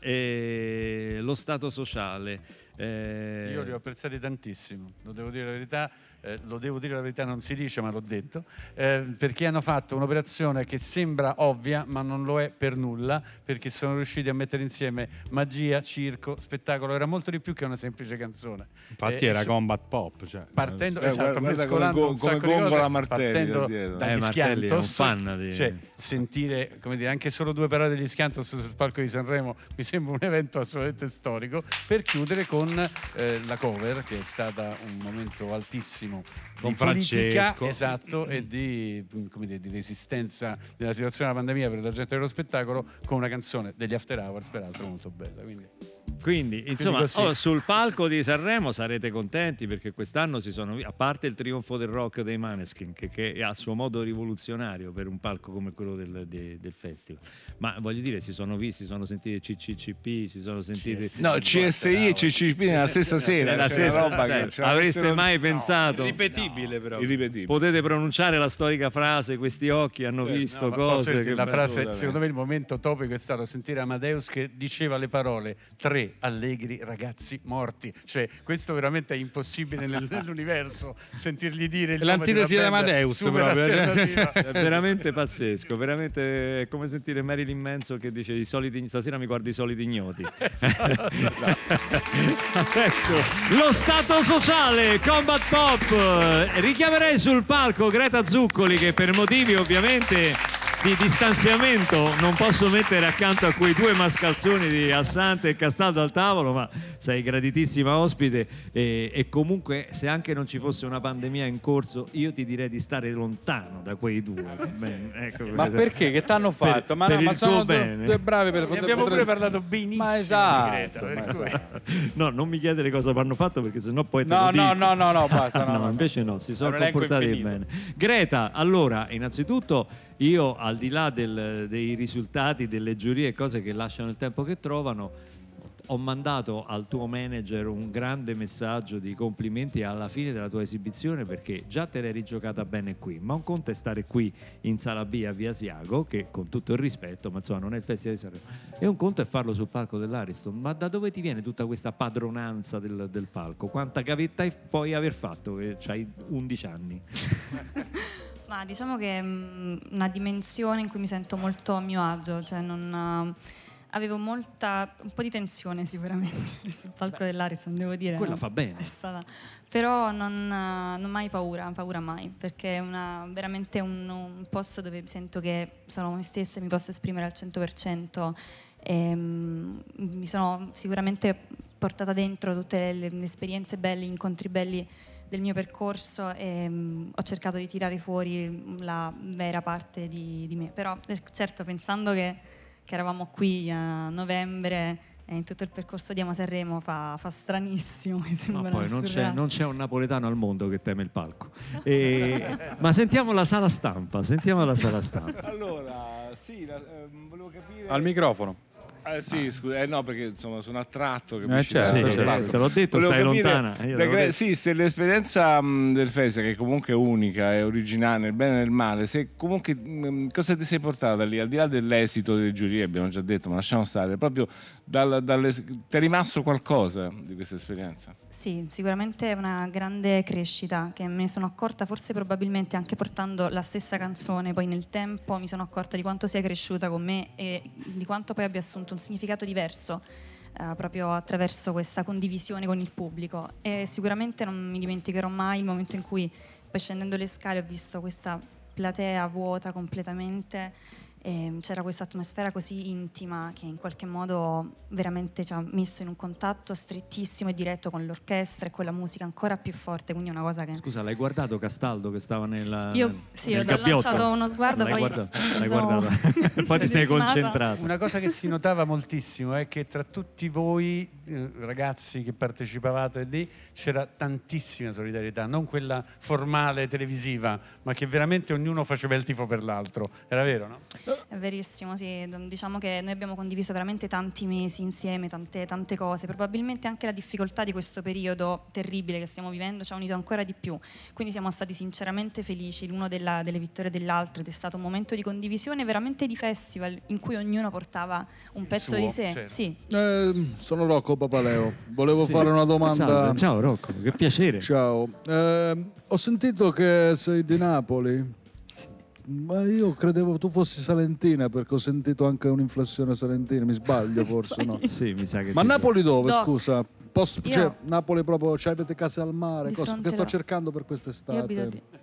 e lo stato sociale. Eh, Io li ho apprezzati tantissimo, lo devo dire la verità, eh, lo devo dire la verità, non si dice ma l'ho detto, eh, perché hanno fatto un'operazione che sembra ovvia ma non lo è per nulla, perché sono riusciti a mettere insieme magia, circo, spettacolo, era molto di più che una semplice canzone. Infatti Eh, era su- combat pop. Cioè. Partendo, Eh, esatto, guarda come mescolando go- un come sacco di gongola cose, Martelli partendo da dietro. dagli Eh, Martelli è un Schiantos, fan di- cioè, sentire, come dire, anche solo due parole degli Schiantos sul palco di Sanremo mi sembra un evento assolutamente storico, per chiudere con eh, la cover, che è stata un momento altissimo Con di politica, Francesco. esatto, e di, come dire, di resistenza della situazione della pandemia per la gente dello spettacolo, con una canzone degli After Hours peraltro molto bella. Quindi, Quindi, insomma, così. oh, sul palco di Sanremo sarete contenti perché quest'anno si sono, a parte il trionfo del rock dei Maneskin, che, che è a suo modo rivoluzionario per un palco come quello del, de- del festival, ma voglio dire, si sono visti, si sono sentiti C C C P, si sono sentiti No, C S I e C C P nella stessa sera, la cioè, stessa roba cioè, che ce avreste l'avessero- mai no, pensato? Irripetibile però. Irripetibile. Potete pronunciare la storica frase questi occhi hanno visto no, ma posso cose dirti, che la frase, assolutamente. secondo me il momento topico è stato sentire Amadeus che diceva le parole tre allegri ragazzi morti, cioè questo veramente è impossibile nel- nell'universo sentirgli dire il nome di una L'antitesi di band Amadeus, super proprio, cioè. alternativa. è veramente pazzesco, veramente è come sentire Marilyn Manson che dice i soliti, stasera mi guardi i soliti ignoti. Adesso lo stato sociale Combat Pop, richiamerei sul palco Greta Zuccoli, che per motivi ovviamente di distanziamento non posso mettere accanto a quei due mascalzoni di Assante e Castaldo al tavolo, ma sei graditissima ospite e, e comunque se anche non ci fosse una pandemia in corso io ti direi di stare lontano da quei due. Bene, ecco, Ma perché? Che t'hanno fatto? Ma, per no, ma il sono tuo due, bene. due bravi per Ne poter abbiamo pure potresti- parlato benissimo Ma di esatto, Greta, per ma cui- esatto. No, non mi chiedere cosa hanno fatto perché sennò poi te No, lo dico. no, no, no, no, basta, no, no, no, no. invece no, si sono È un elenco comportati infinito. bene. Greta, allora, innanzitutto io al di là del- dei risultati, delle giurie e cose che lasciano il tempo che trovano, ho mandato al tuo manager un grande messaggio di complimenti alla fine della tua esibizione, perché già te l'hai rigiocata bene qui, ma un conto è stare qui in Sala B a Via Asiago, che con tutto il rispetto, ma insomma non è il Festival di Sanremo, e un conto è farlo sul palco dell'Ariston. Ma da dove ti viene tutta questa padronanza del, del palco? Quanta gavetta hai poi aver fatto che hai undici anni? Ma diciamo che è mm, una dimensione in cui mi sento molto a mio agio, cioè non... eh, avevo molta, un po' di tensione sicuramente sul palco dell'Ariston, devo dire. Quella no? fa bene. È stata, però non, eh, non mai paura, paura mai, perché è una, veramente un, un posto dove sento che sono me stessa e mi posso esprimere al cento per cento. E, mm, mi sono sicuramente portata dentro tutte le, le esperienze belle, gli incontri belli del mio percorso e mh, ho cercato di tirare fuori la vera parte di, di me. Però eh, certo, pensando che, che eravamo qui a novembre e in tutto il percorso di Ama Sanremo fa, fa stranissimo, mi No, sembra poi non c'è, surreale. non c'è un napoletano al mondo che teme il palco. E- ma sentiamo la sala stampa, sentiamo la sala stampa. Allora, sì, la- ehm, volevo capire... Al microfono. Eh sì, scusa, eh no, perché insomma sono attratto. Eh, capisci? certo, Dal certo. palco. Te l'ho detto, Volevo stai capire lontana. Io da l'avevo Gre- detto. sì, se l'esperienza mh, del festival, che comunque è unica, è originale, nel bene e nel male, se comunque mh, cosa ti sei portata lì, al di là dell'esito delle giurie, abbiamo già detto, ma lasciamo stare, proprio dal, dalle, ti è rimasto qualcosa di questa esperienza? Sì, sicuramente è una grande crescita che me ne sono accorta, forse probabilmente anche portando la stessa canzone poi nel tempo mi sono accorta di quanto sia cresciuta con me e di quanto poi abbia assunto un significato diverso eh, proprio attraverso questa condivisione con il pubblico. E sicuramente non mi dimenticherò mai il momento in cui poi scendendo le scale ho visto questa platea vuota completamente. E c'era questa atmosfera così intima che in qualche modo veramente ci ha messo in un contatto strettissimo e diretto con l'orchestra e con la musica ancora più forte, quindi una cosa che... Scusa, l'hai guardato Castaldo che stava nella, Io nel, sì, nel ho gabbiotto? lanciato uno sguardo, L'hai poi guardato? mi L'hai sono guardata. Poi ti sei immedesimata. concentrato. Una cosa che si notava moltissimo è che tra tutti voi eh, ragazzi che partecipavate lì c'era tantissima solidarietà, non quella formale televisiva, ma che veramente ognuno faceva il tifo per l'altro. Era vero, no? È verissimo, sì. Diciamo che noi abbiamo condiviso veramente tanti mesi insieme, tante, tante cose. Probabilmente anche la difficoltà di questo periodo terribile che stiamo vivendo ci ha unito ancora di più. Quindi siamo stati sinceramente felici l'uno della, delle vittorie dell'altro ed è stato un momento di condivisione veramente di festival in cui ognuno portava un pezzo suo, di sé. certo. Sì. Eh, sono Rocco Papaleo. Volevo Sì. fare una domanda. Salve. Ciao Rocco, che piacere. Ciao. Eh, ho sentito che sei di Napoli. Ma io credevo tu fossi salentina perché ho sentito anche un'inflessione salentina, mi sbaglio forse, no? Sì, mi sa che Ma ti- Napoli dove, Doc, scusa? Post- io- cioè, Napoli proprio, cioè avete case al mare, Di cosa, fronte che sto là. cercando per Io abito quest'estate. di-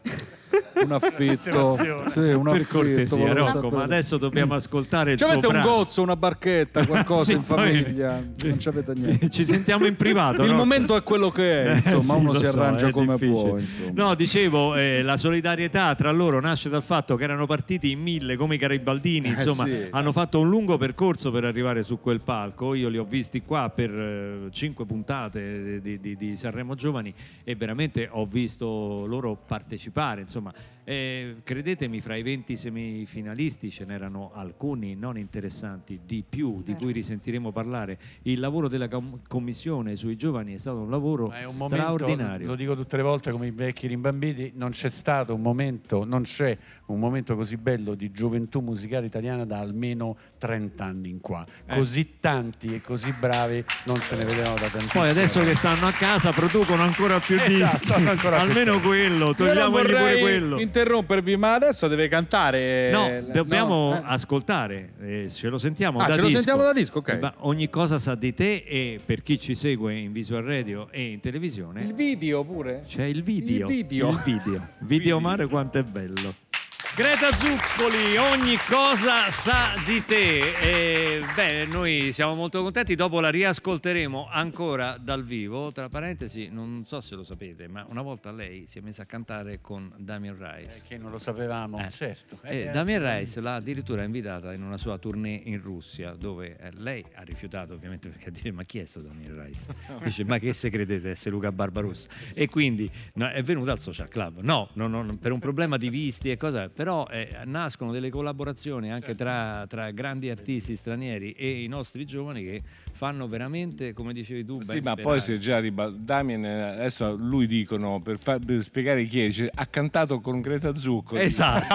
un affitto, sì, un per affitto, cortesia, volevo Rocco, sapere. ma adesso dobbiamo ascoltare il Ci suo avete un brano. gozzo, una barchetta, qualcosa Sì, in poi- famiglia? Non ci avete niente. Ci sentiamo in privato. Il Rocco. momento è quello che è, Eh, insomma, sì, uno lo si so, arrangia è come difficile. può. Insomma. No, dicevo, eh, la solidarietà tra loro nasce dal fatto che erano partiti in mille come i garibaldini, Eh, insomma, sì. hanno fatto un lungo percorso per arrivare su quel palco. Io li ho visti qua per eh, cinque puntate di, di- di Sanremo Giovani e veramente ho visto loro partecipare, insomma. Eh, credetemi, fra i venti semifinalisti ce n'erano alcuni non interessanti di più, di cui risentiremo parlare. Il lavoro della com- commissione sui giovani è stato un lavoro Ma è un straordinario. momento, lo dico tutte le volte come i vecchi rimbambiti, non c'è stato un momento, non c'è un momento così bello di gioventù musicale italiana da almeno trenta anni in qua. Eh. Così tanti e così bravi non se ne vedevano da tantissimo. Poi adesso che stanno a casa producono ancora più Esatto, dischi, ancora più almeno quello, Io non togliamogli pure vorrei quello. interrompervi, ma adesso deve cantare. No, eh, dobbiamo no, eh. ascoltare, eh, ce lo sentiamo Ah, da ce lo disco. sentiamo da disco, ok. Ma ogni cosa sa di te, e per chi ci segue in Visual Radio e in televisione Il video pure? c'è il video. Il video. Il video. Video mare quanto è bello. Greta Zuccoli, ogni cosa sa di te. E, beh, noi siamo molto contenti, dopo la riascolteremo ancora dal vivo. Tra parentesi, non so se lo sapete, ma una volta lei si è messa a cantare con Damien Rice. Eh, che non lo sapevamo, Eh. certo. E Eh, Damien assolutamente. Rice l'ha addirittura invitata in una sua tournée in Russia, dove eh, lei ha rifiutato, ovviamente, perché dice: ma chi è sto Damien Rice? Dice: ma che se credete essere Luca Barbarossa? E quindi no, è venuta al Social Club. No, no, no, per un problema di visti e cose, però eh, nascono delle collaborazioni anche tra, tra grandi artisti stranieri e i nostri giovani che fanno veramente, come dicevi tu, Sì, ben ma sperare. poi si è già ribaltato. Damien, eh, adesso lui dicono, per, fa- per spiegare chi è, dice, ha cantato con Greta Zuccoli. Esatto.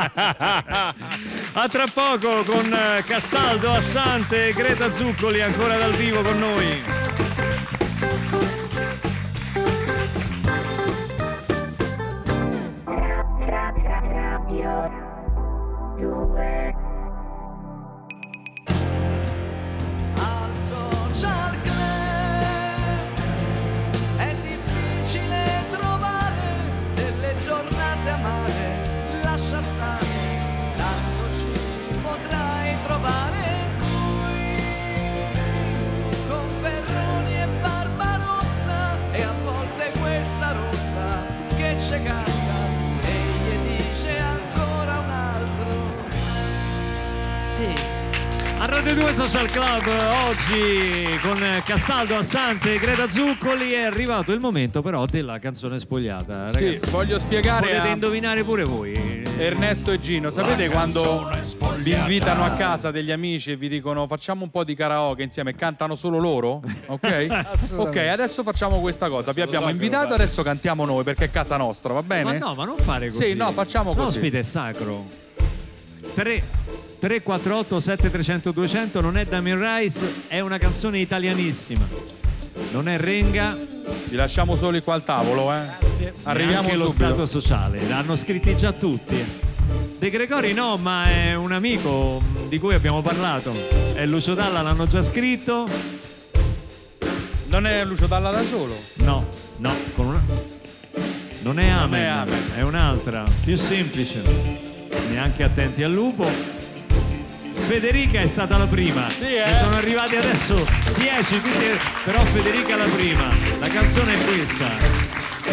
A tra poco con eh, Castaldo Assante e Greta Zuccoli ancora dal vivo con noi. Al Social Club è difficile trovare delle giornate amare, lascia stare, tanto ci potrai trovare qui con Perroni e Barbarossa, e a volte questa rossa che ci casca e gli dice ancora un altro sì. A Radio due Social Club oggi con Castaldo Assante e Greta Zuccoli è arrivato il momento però della canzone spogliata. Sì, Ragazzi, voglio spiegare potete a indovinare pure voi. Ernesto e Gino, sapete quando vi invitano a casa degli amici e vi dicono facciamo un po' di karaoke insieme e cantano solo loro? Ok? Ok, adesso facciamo questa cosa. Vi abbiamo invitato, adesso cantiamo noi perché è casa nostra, va bene? Ma no, ma non fare così. Sì, no, facciamo così. L'ospite è sacro. tre quattro otto sette tre zero zero due zero zero non è Damien Rice, è una canzone italianissima. Non è Renga. Vi lasciamo soli qua al tavolo, eh. Arriviamo Anche lo subito. stato sociale, l'hanno scritti già tutti. De Gregori no, ma è un amico di cui abbiamo parlato. È Lucio Dalla, l'hanno già scritto. Non è Lucio Dalla da solo? No, no, con una... non è Amen, è Amen. è un'altra, più semplice. Neanche attenti al lupo. Federica è stata la prima. Sì, eh? Ne sono arrivati adesso dieci, tutti... però Federica è la prima. La canzone è questa.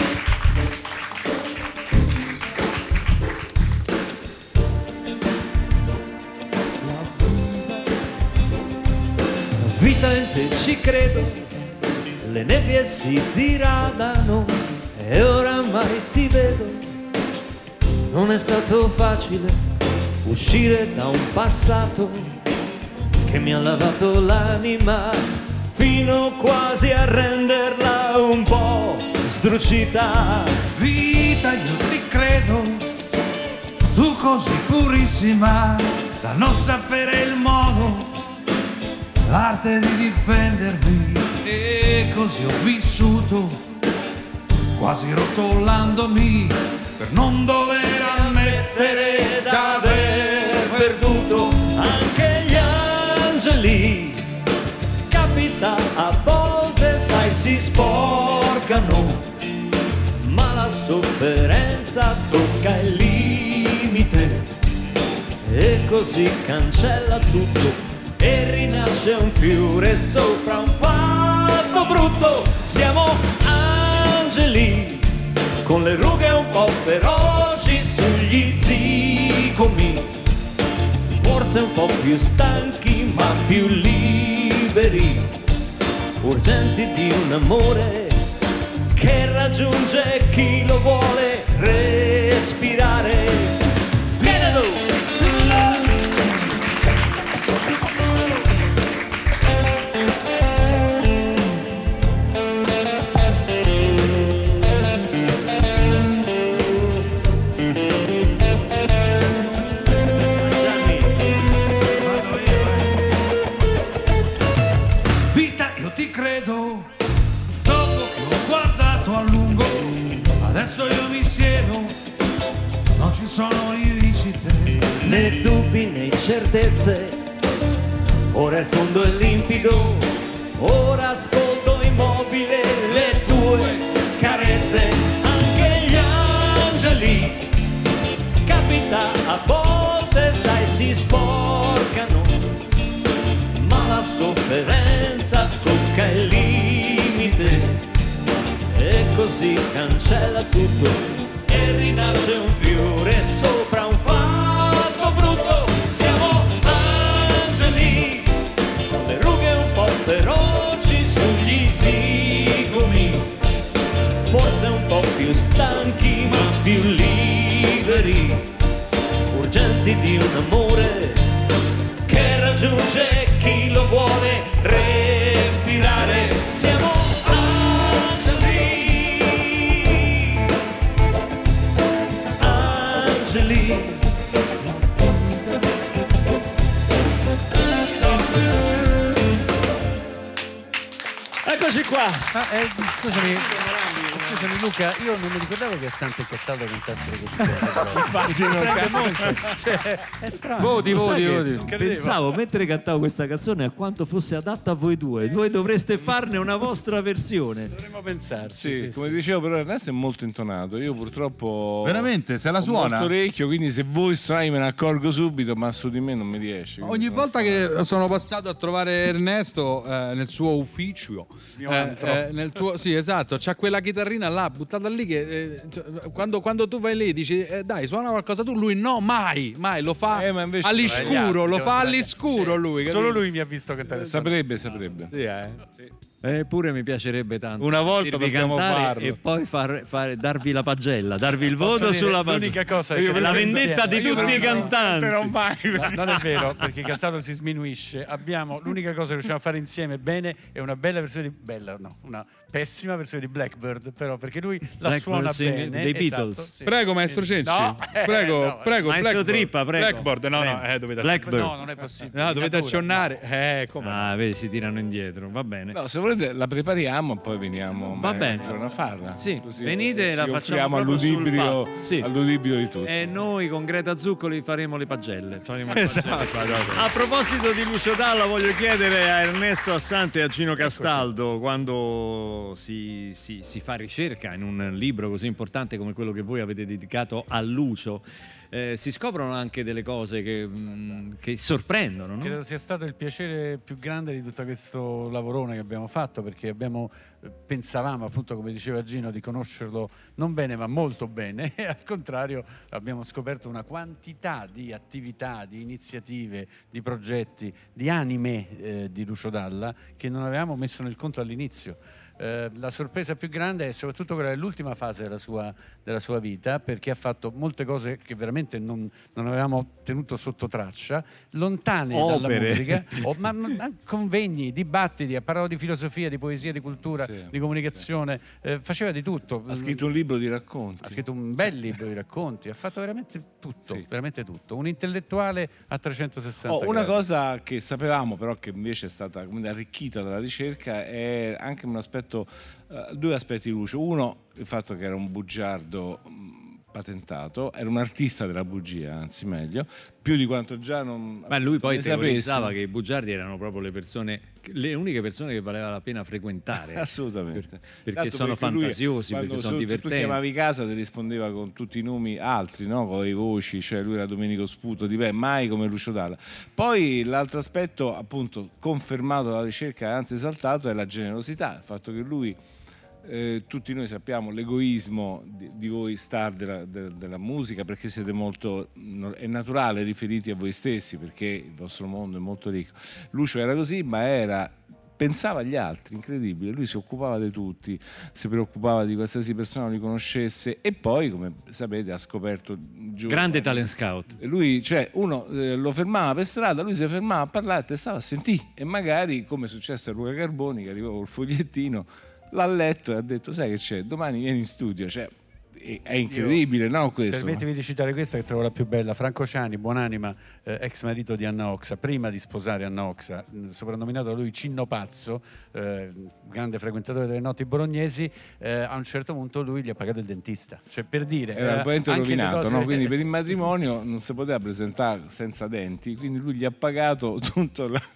Vita in te ci credo, le nebbie si diradano e oramai ti vedo. Non è stato facile uscire da un passato che mi ha lavato l'anima fino quasi a renderla un po' sdrucita. Vita, io ti credo, tu così purissima da non sapere il modo, l'arte di difendermi, e così ho vissuto, quasi rotolandomi per non dover ammettere d'aver perduto Anche gli angeli, capita a volte, sai, si sporcano, ma la sofferenza sofferenza tocca il limite e così cancella tutto e rinasce un fiore sopra un fatto brutto. Siamo angeli con le rughe un po' feroci sugli zigomi, forse un po' più stanchi ma più liberi, urgenti di un amore che raggiunge chi lo vuole respirare. Schedalo! Vita, io ti credo, dopo che ho guardato a lungo, adesso io mi siedo, non ci sono rivincite. Né dubbi né incertezze, ora il fondo è limpido, ora ascolto immobile le tue carezze. Anche gli angeli, capita a volte, sai, si sporcano, ma la sofferenza tocca il limite e così cancella tutto e rinasce un fiore sopra un fatto brutto. Siamo angeli con le rughe un po' feroci sugli zigomi, forse un po' più stanchi ma più liberi, urgenti di un amore che raggiunge chi lo vuole respirare. Siamo angeli, angeli. Eccoci qua. Ah, eh, scusami, scusami Luca, io non mi ricordavo che Sante e Castaldo cantassero così bene. Infatti non molto. Cioè, è strano. Voti, Lo voti, sai voti. che pensavo mentre cantavo questa canzone a quanto fosse adatta a voi due. Voi dovreste farne una vostra versione. Dovremmo pensarci. Sì, sì, come sì. dicevo, però Ernesto è molto intonato. Io purtroppo. Veramente? Se la ho suona? molto orecchio, quindi se voi strani me ne accorgo subito, ma su di me non mi riesce. Ogni volta che sono passato a trovare Ernesto eh, nel suo ufficio, Mio eh, antro. eh, nel tuo, sì, esatto, c'ha quella chitarrina là buttata lì che eh, cioè, quando, quando tu vai lì dici eh, dai, suona qualcosa tu, lui no, mai, mai lo fa Eh, ma invece- all'iscuro, lo Sbagliato, fa sbagliato. all'iscuro Sì. lui. Solo capito? lui mi ha visto cantare. Saprebbe, saprebbe. Sì, eh. Eppure mi piacerebbe tanto Una volta sentirvi dobbiamo cantare farlo. e poi far, fare- darvi la pagella, darvi il Posso voto dire, sulla pagella. l'unica cosa è Io che la noi vendetta insieme- di io tutti i però- cantanti. No, non è vero, perché Castaldo si sminuisce. Abbiamo l'unica cosa che riusciamo a fare insieme bene è una bella versione di bella, no, una pessima versione di Blackbird, però perché lui la Blackbird, suona sì, bene dei esatto, Beatles. sì. Prego, maestro Cenci. No, eh, prego, no, prego, Maestro Blackboard. Trippa, prego. Blackboard, no, no, Prego. eh, dovete Blackbird. No, non è possibile. No, in dovete natura, accionare. Eh, come? Ah, vedi, si tirano indietro, va bene. No, se volete la prepariamo e poi veniamo Va magari bene. un giorno a farla. Sì, Così venite e ci la facciamo offriamo proprio sul all'udibrio, palco. Sì. all'udibrio di tutti. E noi con Greta Zuccoli faremo le pagelle. Faremo le Esatto. pagelle. A proposito di Lucio Dalla, voglio chiedere a Ernesto Assante e a Gino Castaldo, quando si, si, si fa ricerca in un libro così importante come quello che voi avete dedicato a Lucio, eh, si scoprono anche delle cose che, mh, che sorprendono, no? Credo sia stato il piacere più grande di tutto questo lavorone che abbiamo fatto, perché abbiamo eh, pensavamo, appunto, come diceva Gino, di conoscerlo non bene ma molto bene, e al contrario abbiamo scoperto una quantità di attività, di iniziative, di progetti, di anime eh, di Lucio Dalla che non avevamo messo nel conto all'inizio. Eh, la sorpresa più grande è soprattutto quella dell'ultima fase della sua, della sua vita, perché ha fatto molte cose che veramente non, non avevamo tenuto sotto traccia, lontane dalla Opere. musica, o, ma, ma convegni, dibattiti, ha parlato di filosofia, di poesia, di cultura, Sì, di comunicazione, eh, faceva di tutto. Ha scritto un libro di racconti. Ha scritto un bel libro di racconti, ha fatto veramente tutto, Sì. veramente tutto. Un intellettuale a trecentosessanta Oh, una gradi. cosa che sapevamo però che invece è stata come dire, arricchita dalla ricerca è anche un aspetto, eh, due aspetti di Lucio. Uno, il fatto che era un bugiardo mh, patentato, era un artista della bugia, anzi meglio, più di quanto già non Ma lui poi ne teorizzava sapessi. che i bugiardi erano proprio le persone, le uniche persone che valeva la pena frequentare. Assolutamente. Per- perché Tanto sono perché lui, fantasiosi, quando perché sono su- divertenti. Tu chiamavi casa, ti rispondeva con tutti i nomi altri, no? Con le voci, cioè lui era Domenico Sputo, dipende, mai come Lucio Dalla. Poi l'altro aspetto, appunto, confermato dalla ricerca, anzi esaltato, è la generosità, il fatto che lui, eh, tutti noi sappiamo l'egoismo di, di voi star della, de- della musica, perché siete molto, no- è naturale, riferiti a voi stessi, perché il vostro mondo è molto ricco. Lucio era così, ma era... pensava agli altri, incredibile, lui si occupava di tutti, si preoccupava di qualsiasi persona li conoscesse e poi, come sapete, ha scoperto giovane, Grande talent scout. lui, cioè uno eh, lo fermava per strada, lui si fermava a parlare e stava a sentire, e magari, come è successo a Luca Carboni, che arrivava col fogliettino, l'ha letto e ha detto: sai che c'è, domani vieni in studio, cioè è, è incredibile, no, questo? Permettimi di citare questa che trovo la più bella. Franco Ciani, buonanima, eh, ex marito di Anna Oxa, prima di sposare Anna Oxa, mh, soprannominato da lui Cinno Pazzo, eh, grande frequentatore delle notti bolognesi, eh, a un certo punto lui gli ha pagato il dentista, cioè per dire Era un eh, po' anche le rovinato, cose- no? Quindi per il matrimonio non si poteva presentare senza denti, quindi lui gli ha pagato tutto la...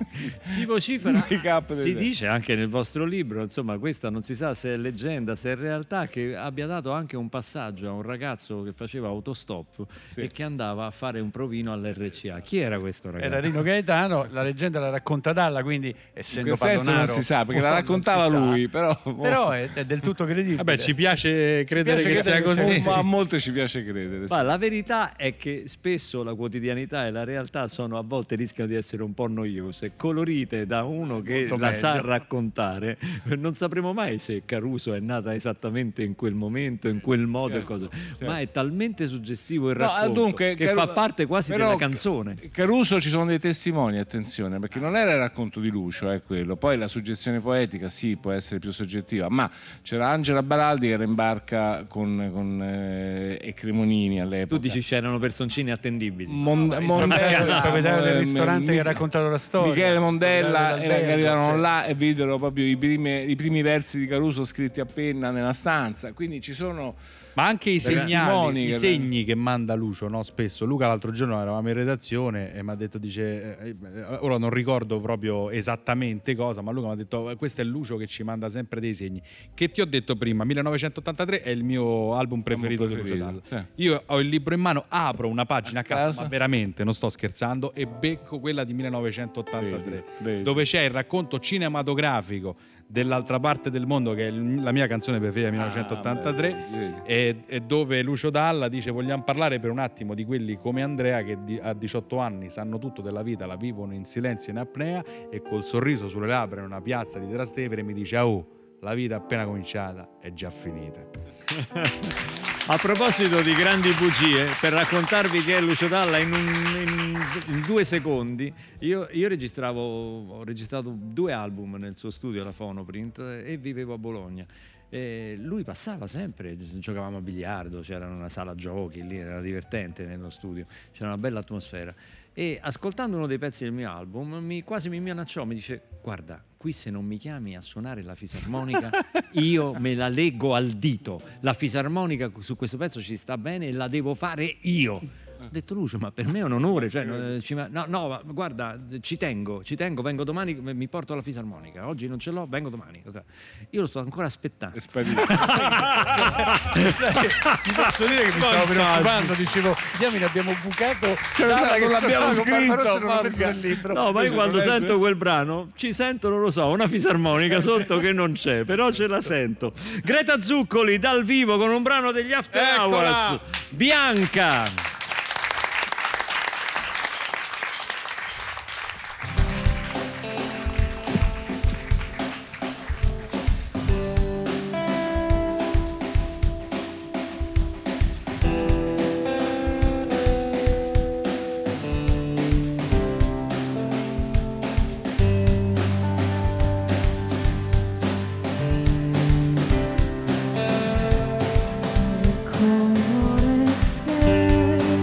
Si vocifera, make-up dei si denti. dice anche nel vostro libro, insomma, questa non si sa se è leggenda, se è realtà, che abbia dato anche un passaggio a un ragazzo che faceva autostop e che andava a fare un provino all'R C A. Chi era questo ragazzo? Era Rino Gaetano, la leggenda la racconta Dalla, quindi essendo In quel senso Padonaro, non si sa, perché la non raccontava si sa. lui, però... Però è, è del tutto credibile. Vabbè, ci piace credere piace che sia credere così. che sia Ma a molte ci piace credere. Ma la verità è che spesso la quotidianità e la realtà sono, a volte rischiano di essere un po' noiose, colorite da uno che Molto la meglio. sa raccontare. Non sapremo mai se Caruso è nata esattamente in quel momento, in quel modo e Certo, cosa. certo. Ma è talmente suggestivo il No, racconto dunque, che Caru- fa parte quasi però della canzone. Caruso ci sono dei testimoni, attenzione, perché non era il racconto di Lucio, è quello. Poi la suggestione poetica sì, può essere più soggettiva, ma c'era Angela Baraldi che era in barca con, con eh, e Cremonini all'epoca. Tu dici c'erano personcini attendibili. Mon- il Mondella, il proprietario del eh, ristorante Mi- che ha raccontato la storia. Michele Mondella Il proprietario era, che d'albergo, arrivarono cioè. là e videro proprio i primi, i primi versi di Caruso scritti a penna nella stanza, quindi ci sono Ma anche i dei segnali, testimoni i che- segni che manda Lucio, no? Spesso. Luca l'altro giorno eravamo in redazione e mi ha detto, dice, eh, eh, ora non ricordo proprio esattamente cosa, ma Luca mi ha detto, "Eh, questo è Lucio che ci manda sempre dei segni. Che ti ho detto prima, millenovecentottantré è il mio album preferito di Lucio preferito, Dalla. sì. Io ho il libro in mano, apro una pagina a caso, caso? ma veramente, non sto scherzando, e becco quella di millenovecentottantatré, Vedi, vedi. dove c'è il racconto cinematografico dell'altra parte del mondo, che è il- la mia canzone preferita del millenovecentottantatré, Ah, beh, vedi. e, e dove Lucio Dalla dice: vogliamo parlare per un attimo di quelli come Andrea che di- a diciotto anni sanno tutto della vita, la vivono in silenzio, in apnea, e col sorriso sulle labbra in una piazza di Trastevere mi dice: oh, la vita appena cominciata è già finita. A proposito di grandi bugie, per raccontarvi che è Lucio Dalla in, un- in- in due secondi, io, io registravo, ho registrato due album nel suo studio alla Phonoprint e vivevo a Bologna. E lui passava sempre, giocavamo a biliardo, c'era una sala giochi lì, era divertente nello studio, c'era una bella atmosfera. E ascoltando uno dei pezzi del mio album, mi, quasi mi minacciò, mi dice: guarda, qui se non mi chiami a suonare la fisarmonica, io me la leggo al dito. La fisarmonica su questo pezzo ci sta bene e la devo fare io. Ho detto: Lucio, ma per me è un onore, cioè, no, ci- no, no, ma guarda, ci tengo, ci tengo, vengo domani, mi porto la fisarmonica. Oggi non ce l'ho, vengo domani. Ok. Io lo sto ancora aspettando. Mi posso dire che mi stavo preoccupando, dicevo, diamine, abbiamo bucato Cioè, Dalla non che l'abbiamo suonava con Barbarossa, scritto, non l'ho messo porca. nel libro. No, ma io quando Invece sento quel brano ci sento, non lo so, una fisarmonica sotto che non c'è, però ce la sento. Greta Zuccoli dal vivo con un brano degli After Eccola! Hours, Bianca. Il colore che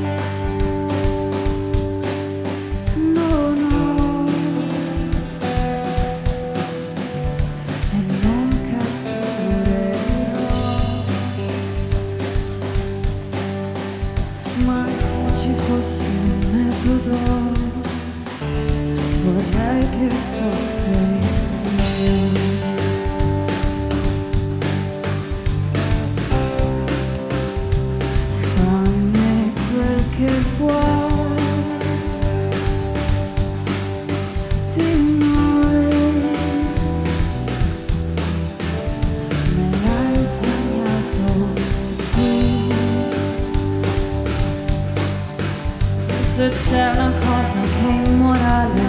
se c'è una cosa che è immorale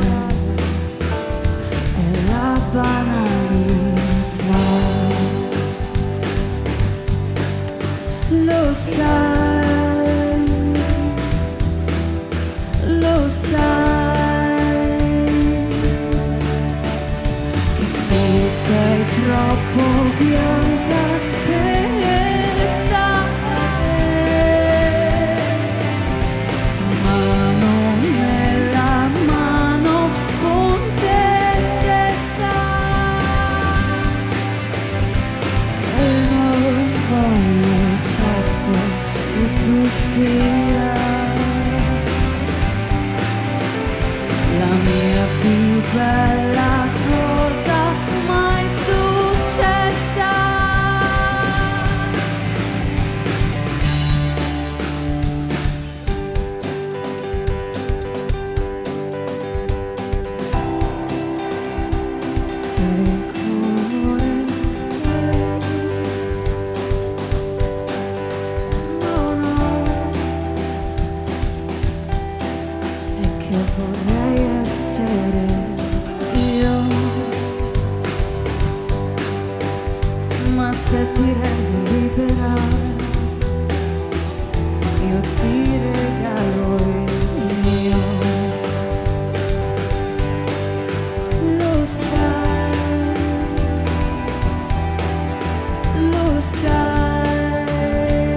è la banalità. Lo sai, lo sai, che tu sei troppo bianca per restare. Mano nella mano con te stessa, e non voglio certo che tu sia la mia più bella cosa mai successa. Sei il colore, no no, è che vorrei essere io, ma se ti rendi libera io ti regalo il mio. Lo sai, lo sai,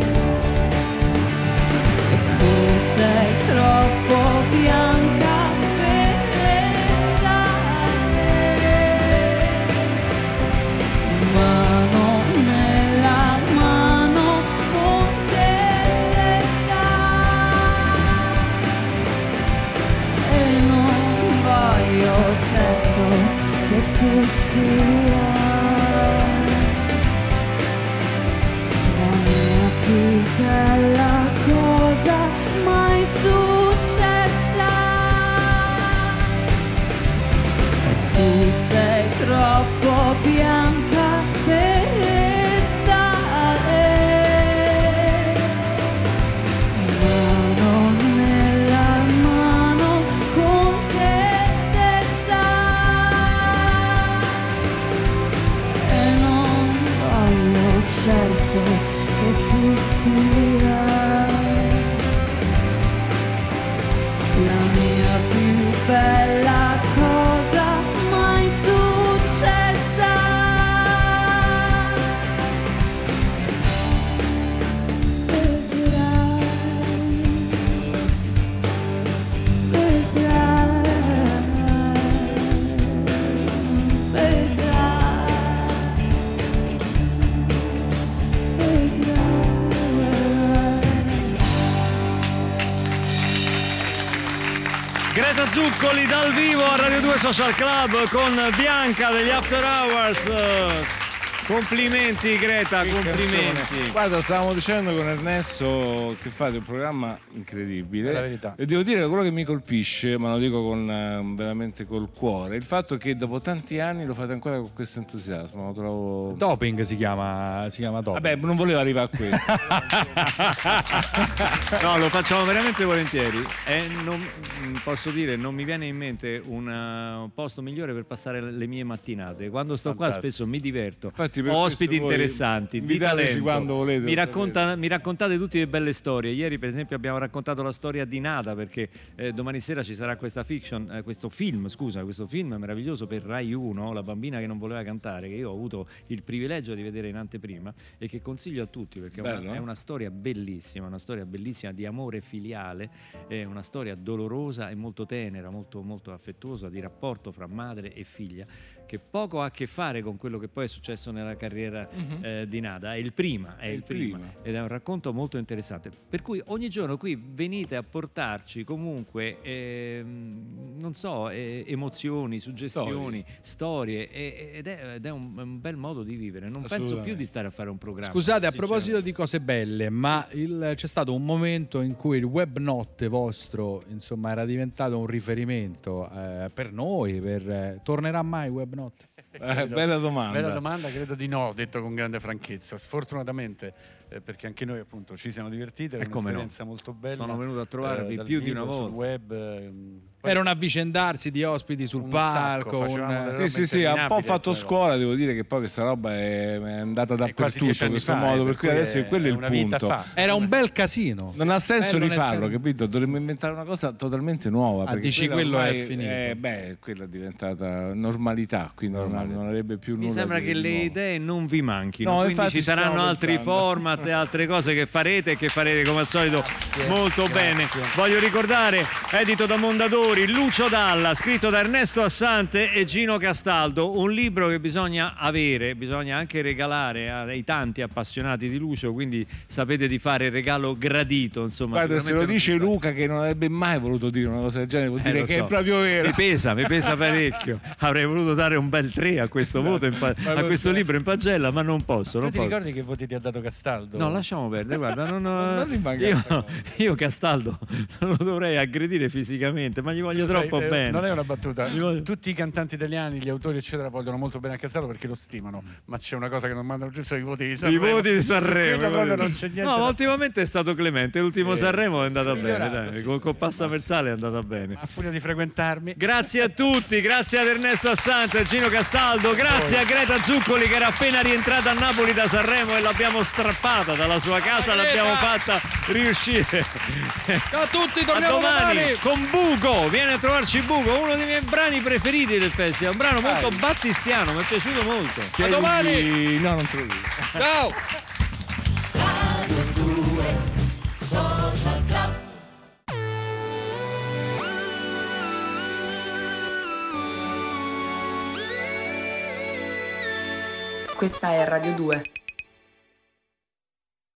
che tu sei troppo bianca per restare. Mano nella mano con te stessa, e non voglio certo che tu sia la mia più bella cosa mai successa. E tu sei troppo bianca per restare. Mano nella mano con te stessa, e non voglio certo che tu sia la mia più bella cosa mai successa. Vedrai, vedrai, vedrai, vedrai. Greta Zuccoli dal vivo a Radio due Social Club con Bianca degli After Hours. Complimenti Greta, complimenti. Guarda, stavamo dicendo con Ernesto che fate un programma incredibile. È la verità. E devo dire che quello che mi colpisce, ma lo dico con, eh, veramente col cuore, il fatto che dopo tanti anni lo fate ancora con questo entusiasmo. Lo trovo... Doping si chiama, si chiama doping. Vabbè, non volevo arrivare a questo. No, lo facciamo veramente volentieri. E non posso dire, non mi viene in mente una- un posto migliore per passare le mie mattinate. Quando sto qua Fantastico. spesso mi diverto. Infatti, per Ho ospiti questo voi interessanti, di invitateci talento. quando volete, Mi, lo racconta- mi raccontate tutte le belle storie. Ieri, per esempio, abbiamo raccontato la storia di Nada, perché eh, domani sera ci sarà questa fiction, eh, questo film, scusa, questo film meraviglioso per Rai uno, La bambina che non voleva cantare, che io ho avuto il privilegio di vedere in anteprima e che consiglio a tutti perché è una, Bello, eh? è una storia bellissima, una storia bellissima di amore filiale, è una storia dolorosa e molto tenera, molto, molto affettuosa, di rapporto fra madre e figlia, che poco ha a che fare con quello che poi è successo nella carriera Mhm. eh, di Nada. È il prima, è È il, il prima. prima. Ed è un racconto molto interessante. Per cui ogni giorno qui venite a portarci comunque, ehm, non so, eh, emozioni, suggestioni, storie, e- ed è, ed è un, un bel modo di vivere. Non penso più Assolutamente. di stare a fare un programma. Scusate, a sinceramente. proposito di cose belle, ma il- c'è stato un momento in cui il web notte vostro, insomma, era diventato un riferimento eh, per noi, per, eh, tornerà mai web notte? Eh, bella domanda. Bella domanda, credo di no, detto con grande franchezza. Sfortunatamente, eh, perché anche noi appunto ci siamo divertiti, era E come un'esperienza no. molto bella. Sono venuto a trovarvi dal più di vivo, una sul volta. web. ehm, Era un avvicendarsi di ospiti sul Un palco. sacco, facevamo un- delle Sì, sì, sì, ha un po' interminabili, fatto ecco, scuola, devo dire che poi questa roba è, è andata quasi dappertutto dieci in anni questo fa, modo, eh, per per cui cui adesso è- quello è è il una vita punto. fa. Era un bel casino. Non ha senso Bello nel rifarlo, carino. capito? Dovremmo inventare una cosa totalmente nuova. Ah, perché dici quella quello è ormai finito. È, beh, quella è diventata normalità, quindi non, non avrebbe più nulla Mi sembra di che le nuovo. idee non vi manchino, No, quindi infatti ci saranno stavo altri pensando. format e altre cose che farete e che farete come al solito molto bene. Voglio ricordare, edito da Mondadori, Lucio Dalla, scritto da Ernesto Assante e Gino Castaldo, un libro che bisogna avere, bisogna anche regalare ai tanti appassionati di Lucio, quindi sapete di fare il regalo gradito, insomma. Guarda, se lo sicuramente dice non ci Luca che non avrebbe mai voluto dire una cosa del genere, vuol Eh, dire lo che so. è proprio vero. Mi pesa, mi pesa parecchio. Avrei voluto dare un bel tre a questo voto in pa- Ma a lo questo so. libro in pagella, ma non posso. Tu Non ti posso. ricordi che voti ti ha dato Castaldo? No, lasciamo perdere, guarda, non, Non rimanga io, questa io Castaldo non lo dovrei aggredire fisicamente, ma gli voglio Sai, troppo eh, bene. Non è una battuta. Gli voglio- Tutti i cantanti italiani, gli autori, eccetera, vogliono molto bene a Castaldo perché lo stimano. Ma c'è una cosa che non mandano giù, sono i voti di I Sanremo. voti di Su Sanremo. quello i proprio voti- non c'è niente. No, da- ma ultimamente è stato clemente. L'ultimo Sì, Sanremo è sì, andata sì, bene, migliorato, dai. sì, Con, sì, con Passa Versale è andata bene. A furia di frequentarmi. Grazie a tutti, grazie ad Ernesto Assante, a Gino Castaldo, grazie a Greta Zuccoli che era appena rientrata a Napoli da Sanremo e l'abbiamo strappata dalla sua casa, l'abbiamo fatta riuscire. Ciao a tutti, A torniamo domani domani. con Buco, viene a trovarci Buco, uno dei miei brani preferiti del festival, un brano molto battistiano, mi è piaciuto molto. A domani. No, non te lo dico. Ciao. Social Club. Questa è Radio due.